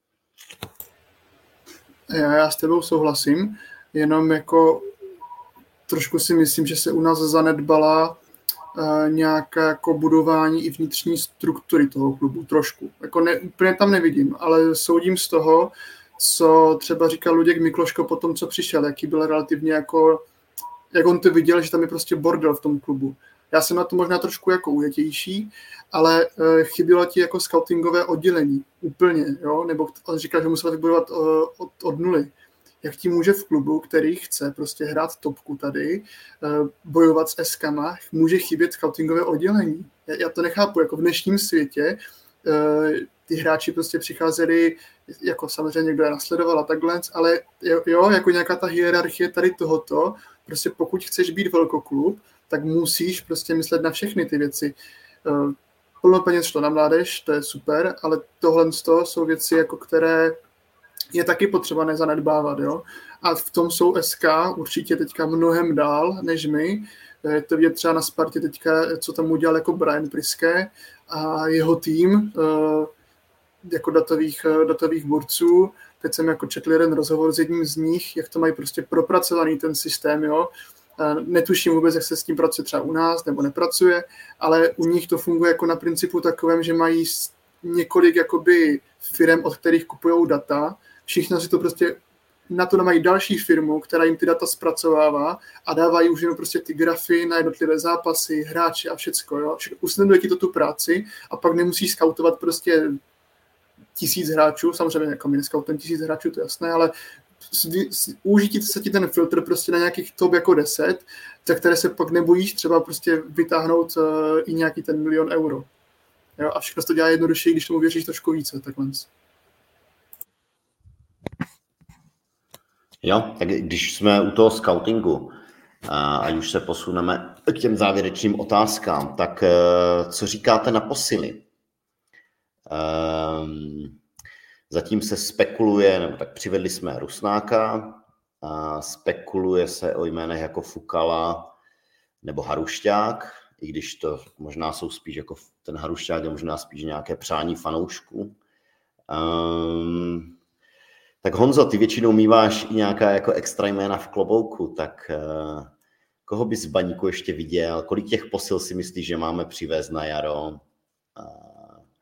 Já, já s tebou souhlasím, jenom jako trošku si myslím, že se u nás zanedbala uh, nějaké jako budování i vnitřní struktury toho klubu, trošku. Jako ne, úplně tam nevidím, ale soudím z toho, co třeba říkal Luděk Mikloško po tom, co přišel, jaký byl relativně jako, jak on to viděl, že tam je prostě bordel v tom klubu. Já jsem na to možná trošku jako ujetější, ale uh, chybělo ti jako scoutingové oddělení, úplně, jo, nebo on říkal, že musel vybudovat uh, od, od nuly. Jak ti může v klubu, který chce prostě hrát topku tady, uh, bojovat s eskama, může chybět scoutingové oddělení. Já, já to nechápu, jako v dnešním světě uh, ty hráči prostě přicházeli, jako samozřejmě někdo je nasledoval a takhle, ale jo, jo, jako nějaká ta hierarchie tady tohoto, prostě pokud chceš být velkoklub, tak musíš prostě myslet na všechny ty věci. Uh, plno peněz šlo na mládež, to je super, ale tohle jsou věci, jako které je taky potřeba nezanedbávat. Jo? A v tom jsou S K určitě teďka mnohem dál než my. Je to vidět třeba na Spartě teďka, co tam udělal jako Brian Priske a jeho tým uh, jako datových, datových borců. Teď jsem jako četl jeden rozhovor s jedním z nich, jak to mají prostě propracovaný ten systém, jo. Netuším vůbec, jak se s tím pracuje třeba u nás, nebo nepracuje, ale u nich to funguje jako na principu takovém, že mají několik jakoby firem, od kterých kupují data. Všichni si to prostě, na to mají další firmu, která jim ty data zpracovává a dávají už jenom prostě ty grafy na jednotlivé zápasy, hráče a všecko, jo. Usnadňuje ti to tu práci a pak nemusíš skautovat prostě tisíc hráčů, samozřejmě jako my neskautujeme tisíc hráčů, to je jasné, ale užití se ti ten filtr prostě na nějakých top jako deset, za které se pak nebojíš třeba prostě vytáhnout uh, i nějaký ten milion euro. Jo? A všechno to dělá jednodušeji, když tomu věříš trošku více. Takhle. Jo, tak když jsme u toho scoutingu, a už se posuneme k těm závěrečným otázkám, tak co říkáte na posily? Um, Zatím se spekuluje, nebo tak přivedli jsme Rusnáka, a spekuluje se o jménech jako Fukala nebo Harušťák, i když to možná jsou spíš jako ten Harušťák je možná spíš nějaké přání fanoušků. Um, tak Honzo, ty většinou míváš i nějaká jako extra jména v klobouku, tak uh, koho bys v Baníku ještě viděl? Kolik těch posil si myslíš, že máme přivést na jaro? Uh,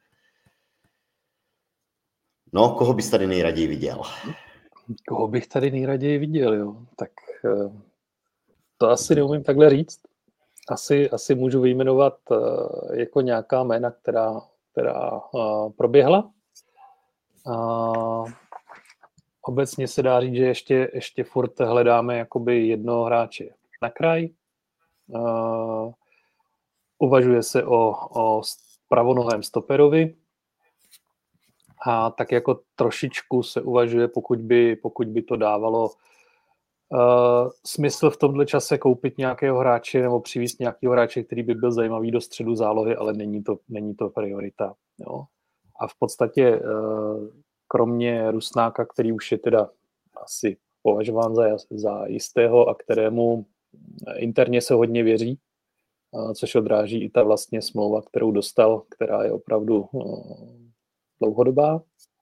No, koho bys tady nejraději viděl? Koho bych tady nejraději viděl, jo? Tak to asi neumím takhle říct. Asi, asi můžu vyjmenovat jako nějaká jména, která, která proběhla. A obecně se dá říct, že ještě, ještě furt hledáme jakoby jednoho hráče na kraj. Uvažuje se o, o pravonohém stoperovi. A tak jako trošičku se uvažuje, pokud by, pokud by to dávalo uh, smysl v tomhle čase koupit nějakého hráče nebo přivést nějakého hráče, který by byl zajímavý do středu zálohy, ale není to, není to priorita. Jo. A v podstatě uh, kromě Rusnáka, který už je teda asi považován za, za jistého a kterému interně se hodně věří, uh, což odráží i ta vlastně smlouva, kterou dostal, která je opravdu uh, dlouhodobá,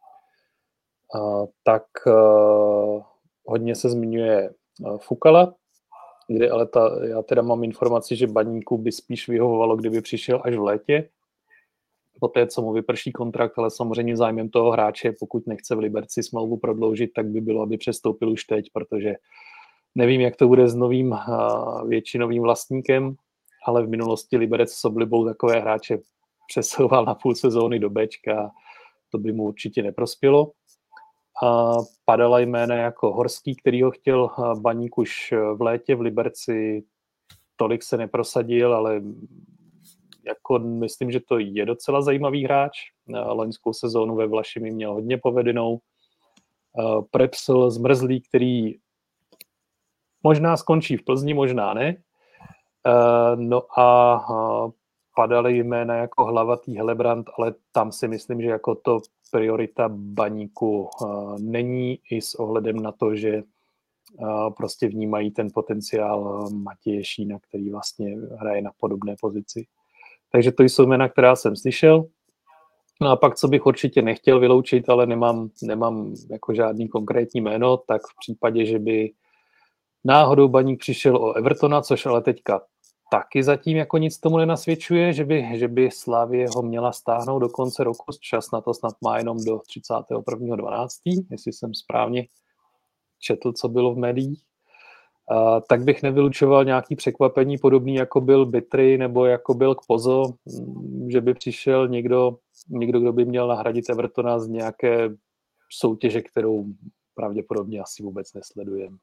a tak uh, hodně se zmiňuje uh, Fukala, kde ale ta, já teda mám informaci, že Baníku by spíš vyhovovalo, kdyby přišel až v létě, poté, co mu vyprší kontrakt, ale samozřejmě zájmem toho hráče, pokud nechce v Liberci smlouvu prodloužit, tak by bylo, aby přestoupil už teď, protože nevím, jak to bude s novým uh, většinovým vlastníkem, ale v minulosti Liberec s oblibou takové hráče přesouval na půl sezóny do Bčka, to by mu určitě neprospělo. A padala jména jako Horský, který ho chtěl Baník už v létě v Liberci, tolik se neprosadil, ale jako myslím, že to je docela zajímavý hráč. Loňskou sezónu ve Vlašimi měl hodně povedenou. Prepsl, Zmrzlý, který možná skončí v Plzni, možná ne. Uh, no a uh, padaly jména jako Hlavatý, Helebrant, ale tam si myslím, že jako to priorita Baníku uh, není i s ohledem na to, že uh, prostě vnímají ten potenciál Matěje Šína, který vlastně hraje na podobné pozici. Takže to jsou jména, která jsem slyšel. No a pak, co bych určitě nechtěl vyloučit, ale nemám, nemám jako žádný konkrétní jméno, tak v případě, že by náhodou Baník přišel o Evertona, což ale teďka taky zatím jako nic tomu nenasvědčuje, že by, že by Slavie ho měla stáhnout do konce roku, čas na to snad má jenom do třicátého prvního dvanáctého jestli jsem správně četl, co bylo v médiích. Uh, tak bych nevylučoval nějaký překvapení podobný, jako byl Bitry nebo jako byl Kpozo, že by přišel někdo, někdo, kdo by měl nahradit Evertona z nějaké soutěže, kterou pravděpodobně asi vůbec nesledujeme.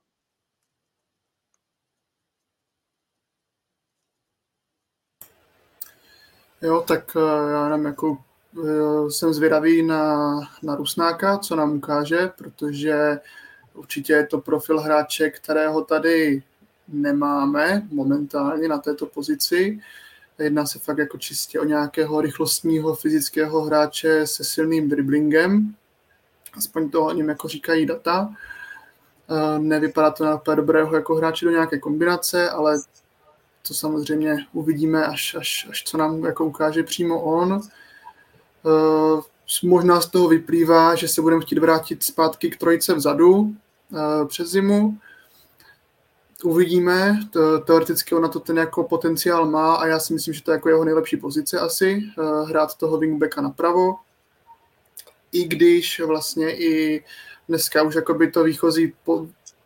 Jo, tak já nevím, jako jsem zvědavý na, na Rusnáka, co nám ukáže, protože určitě je to profil hráče, kterého tady nemáme momentálně na této pozici. Jedná se fakt jako čistě o nějakého rychlostního fyzického hráče se silným driblingem. Aspoň to o něm jako říkají data. Nevypadá to na úplně dobrého jako hráče do nějaké kombinace, ale to samozřejmě uvidíme, až, až, až co nám jako ukáže přímo on. Možná z toho vyplývá, že se budeme chtít vrátit zpátky k trojce vzadu přes zimu. Uvidíme, teoreticky on na to ten jako potenciál má a já si myslím, že to je jako jeho nejlepší pozice asi, hrát toho wingbacka napravo. I když vlastně i dneska už jakoby to výchozí po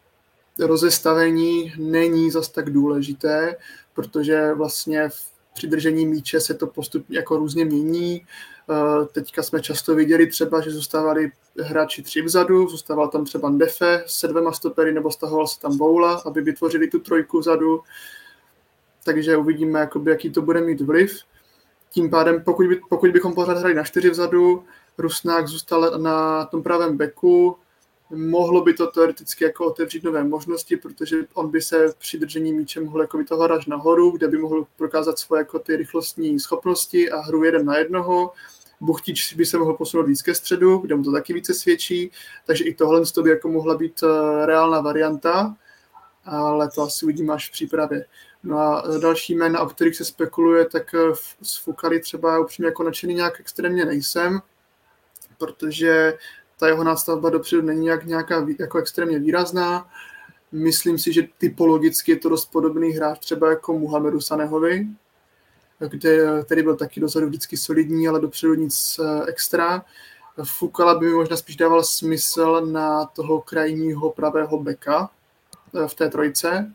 rozestavení není zas tak důležité, protože vlastně v přidržení míče se to postupně jako různě mění. Teďka jsme často viděli třeba, že zůstávali hráči tři vzadu, zůstával tam třeba Ndefe se dvěma stopery nebo stahoval se tam Boula, aby vytvořili tu trojku vzadu. Takže uvidíme, jakoby, jaký to bude mít vliv. Tím pádem, pokud, by, pokud bychom pořád hrali na čtyři vzadu, Rusnák zůstal na tom pravém beku, mohlo by to teoreticky jako otevřít nové možnosti, protože on by se při držení míče mohl jako vytahovat až nahoru, kde by mohl prokázat svoje jako ty rychlostní schopnosti a hru jeden na jednoho. Buchtič by se mohl posunout víc ke středu, kde mu to taky více svědčí, takže i tohle by jako mohla být reálná varianta, ale to asi uvidíme až v přípravě. No a další jména, o kterých se spekuluje, tak s Fukali třeba upřímně jako nadšený nějak extrémně nejsem, protože ta jeho nástavba dopředu není jak nějaká jako extrémně výrazná. Myslím si, že typologicky je to dost podobný hráč třeba jako Muhamedu Sanehovi, kde, který byl taky dozadu vždycky solidní, ale dopředu nic extra. Fukala by mi možná spíš dával smysl na toho krajního pravého beka v té trojce,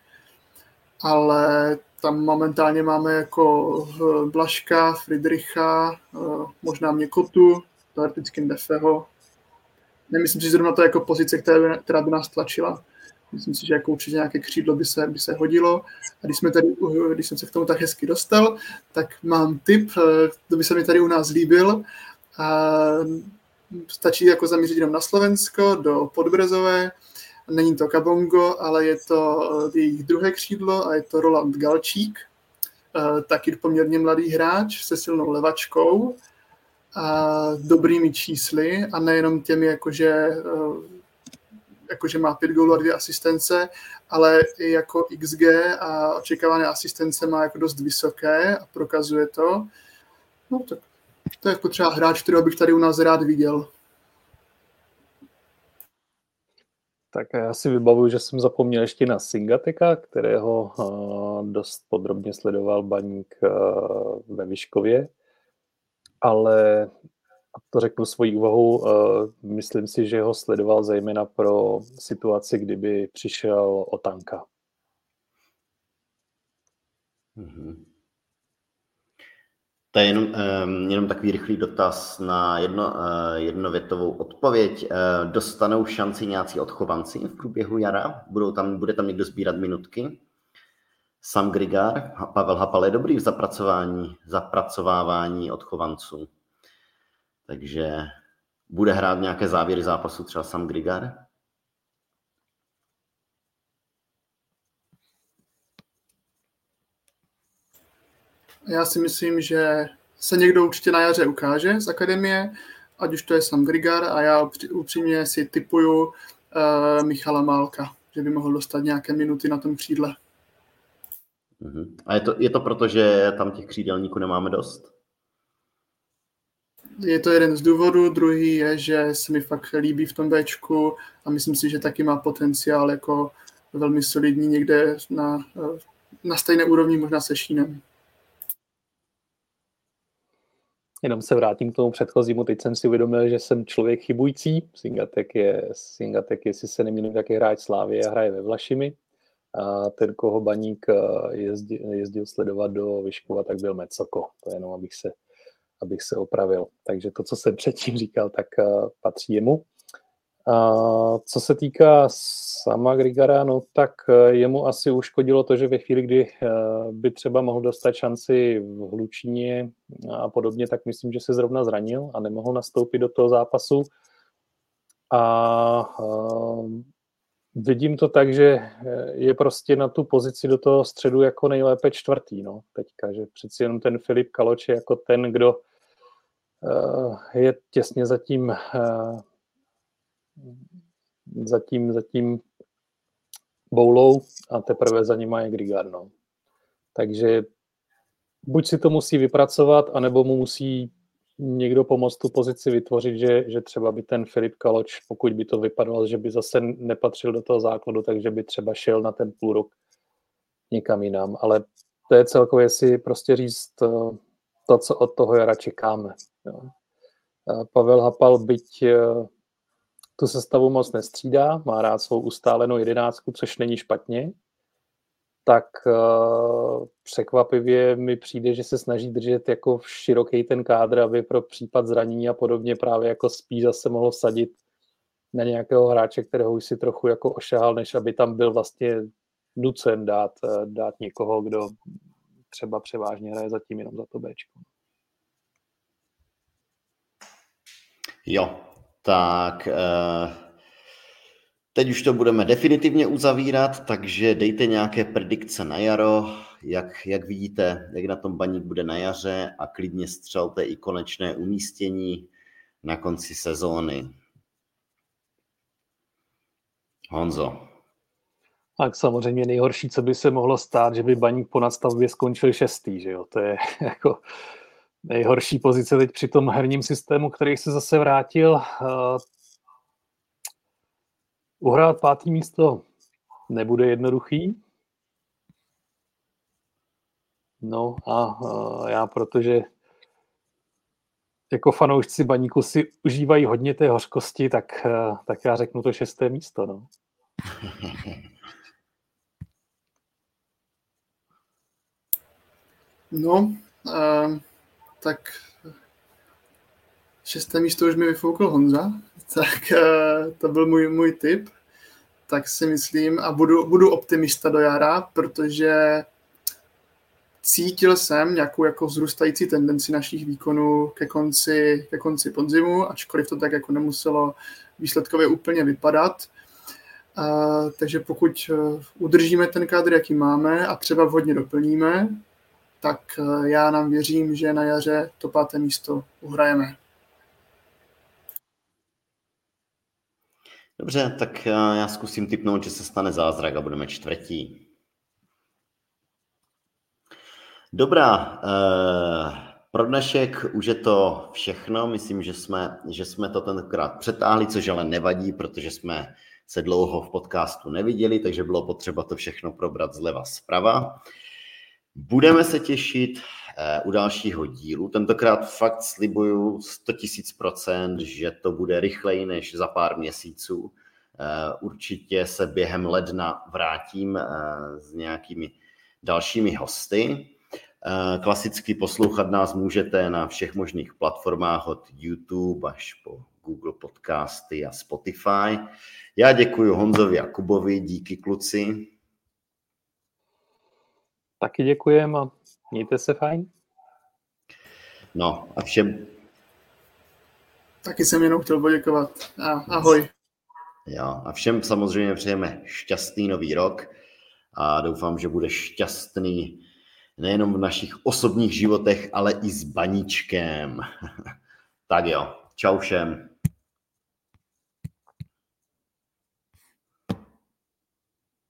ale tam momentálně máme jako Blažka, Friedricha, možná Měkotu, teoreticky Ndefeho. Nemyslím si, že zrovna to je jako pozice, která, která by nás tlačila. Myslím si, že jako určitě nějaké křídlo by se, by se hodilo. A když, jsme tady, když jsem se k tomu tak hezky dostal, tak mám tip, to by se mi tady u nás líbil. A stačí jako zamířit jenom na Slovensko, do Podbrezové. Není to Kabongo, ale je to jejich druhé křídlo a je to Roland Galčík. Taky poměrně mladý hráč se silnou levačkou a dobrými čísly a nejenom těmi, jakože, jakože má pět gólů a dvě asistence, ale i jako X G a očekávané asistence má jako dost vysoké a prokazuje to. No tak to je jako třeba hráč, kterého bych tady u nás rád viděl. Tak já si vybavuju, že jsem zapomněl ještě na Singateka, kterého dost podrobně sledoval Baník ve Vyškově. Ale to řeknu svojí úvahu, myslím si, že ho sledoval zejména pro situaci, kdyby přišel Otanka. Mm-hmm. To je jenom, jenom takový rychlý dotaz na jedno, jednovětovou odpověď. Dostanou šanci nějací odchovanci v průběhu jara? Budou tam, bude tam někdo sbírat minutky? Sam Grigar, Pavel Hapal je dobrý v zapracování, zapracovávání odchovanců. Takže bude hrát nějaké závěry zápasu třeba Sam Grigar? Já si myslím, že se někdo určitě na jaře ukáže z akademie, ať už to je Sam Grigar, a já upřímně si tipuju uh, Michala Málka, že by mohl dostat nějaké minuty na tom křídle. Uh-huh. A je to, je to proto, že tam těch křídelníků nemáme dost? Je to jeden z důvodů, druhý je, že se mi fakt líbí v tom Bčku a myslím si, že taky má potenciál jako velmi solidní někde na, na stejné úrovni, možná se Šínem. Jenom se vrátím k tomu předchozímu. Teď jsem si uvědomil, že jsem člověk chybující. Singatek je, Singatek, jestli se nemýlím, tak je hráč Slávie a hraje ve Vlašimi. A ten, koho Baník jezdil, jezdil sledovat do Vyškova, tak byl Mecoko. To je jenom, abych se, abych se opravil. Takže to, co jsem předtím říkal, tak patří jemu. A co se týká sama Grigara, no tak jemu asi uškodilo to, že ve chvíli, kdy by třeba mohl dostat šanci v Hlučíně a podobně, tak myslím, že se zrovna zranil a nemohl nastoupit do toho zápasu. A, a vidím to tak, že je prostě na tu pozici do toho středu jako nejlépe čtvrtý, no, teďka, že přeci jenom ten Filip Kaloč je jako ten, kdo uh, je těsně zatím uh, zatím, zatím Boulou a teprve za nima je Grigar, no. Takže buď si to musí vypracovat, anebo mu musí někdo pomoct tu pozici vytvořit, že, že třeba by ten Filip Kaloč, pokud by to vypadalo, že by zase nepatřil do toho základu, takže by třeba šel na ten půl rok někam jinam. Ale to je celkově si prostě říct to, co od toho jara čekáme. Jo. Pavel Hapal, byť tu sestavu moc nestřídá, má rád svou ustálenou jedenáctku, což není špatně, tak uh, překvapivě mi přijde, že se snaží držet jako široký ten kádr, aby pro případ zranění a podobně právě jako spíš zase mohl vsadit na nějakého hráče, kterého už si trochu jako ošahal, než aby tam byl vlastně nucen dát, dát někoho, kdo třeba převážně hraje zatím jenom za to Bčko. Jo, tak teď už to budeme definitivně uzavírat, takže dejte nějaké predikce na jaro, jak, jak vidíte, jak na tom Baník bude na jaře a klidně střelte i konečné umístění na konci sezóny. Honzo. Tak samozřejmě nejhorší, co by se mohlo stát, že by Baník po nadstavbě skončil šestý, že jo, to je jako nejhorší pozice teď při tom herním systému, který se zase vrátil. Uh, uhrát pátý místo nebude jednoduchý. No a uh, já, protože jako fanoušci Baníku si užívají hodně té hořkosti, tak, uh, tak já řeknu to šesté místo. No, no uh... tak šesté místo už mi vyfoukl Honza, tak uh, to byl můj, můj tip, tak si myslím a budu, budu optimista do jara, protože cítil jsem nějakou jako vzrůstající tendenci našich výkonů ke konci, ke konci podzimu, ačkoliv to tak jako nemuselo výsledkově úplně vypadat. Uh, takže pokud uh, udržíme ten kádr, jaký máme a třeba vhodně doplníme, tak já nám věřím, že na jaře to páté místo uhrajeme. Dobře, tak já zkusím tipnout, že se stane zázrak a budeme čtvrtí. Dobrá, pro dnešek už je to všechno. Myslím, že jsme, že jsme to tenkrát přetáhli, což ale nevadí, protože jsme se dlouho v podcastu neviděli, takže bylo potřeba to všechno probrat zleva zprava. Budeme se těšit u dalšího dílu. Tentokrát fakt slibuju sto tisíc procent, že to bude rychleji než za pár měsíců. Určitě se během ledna vrátím s nějakými dalšími hosty. Klasicky poslouchat nás můžete na všech možných platformách od YouTube až po Google Podcasty a Spotify. Já děkuji Honzovi a Kubovi, díky kluci. Taky děkujem a mějte se fajn. No a všem... Taky jsem jenom chtěl poděkovat. Ahoj. Jo, a všem samozřejmě přejeme šťastný nový rok a doufám, že bude šťastný nejenom v našich osobních životech, ale i s baníčkem. Tak jo, čau všem.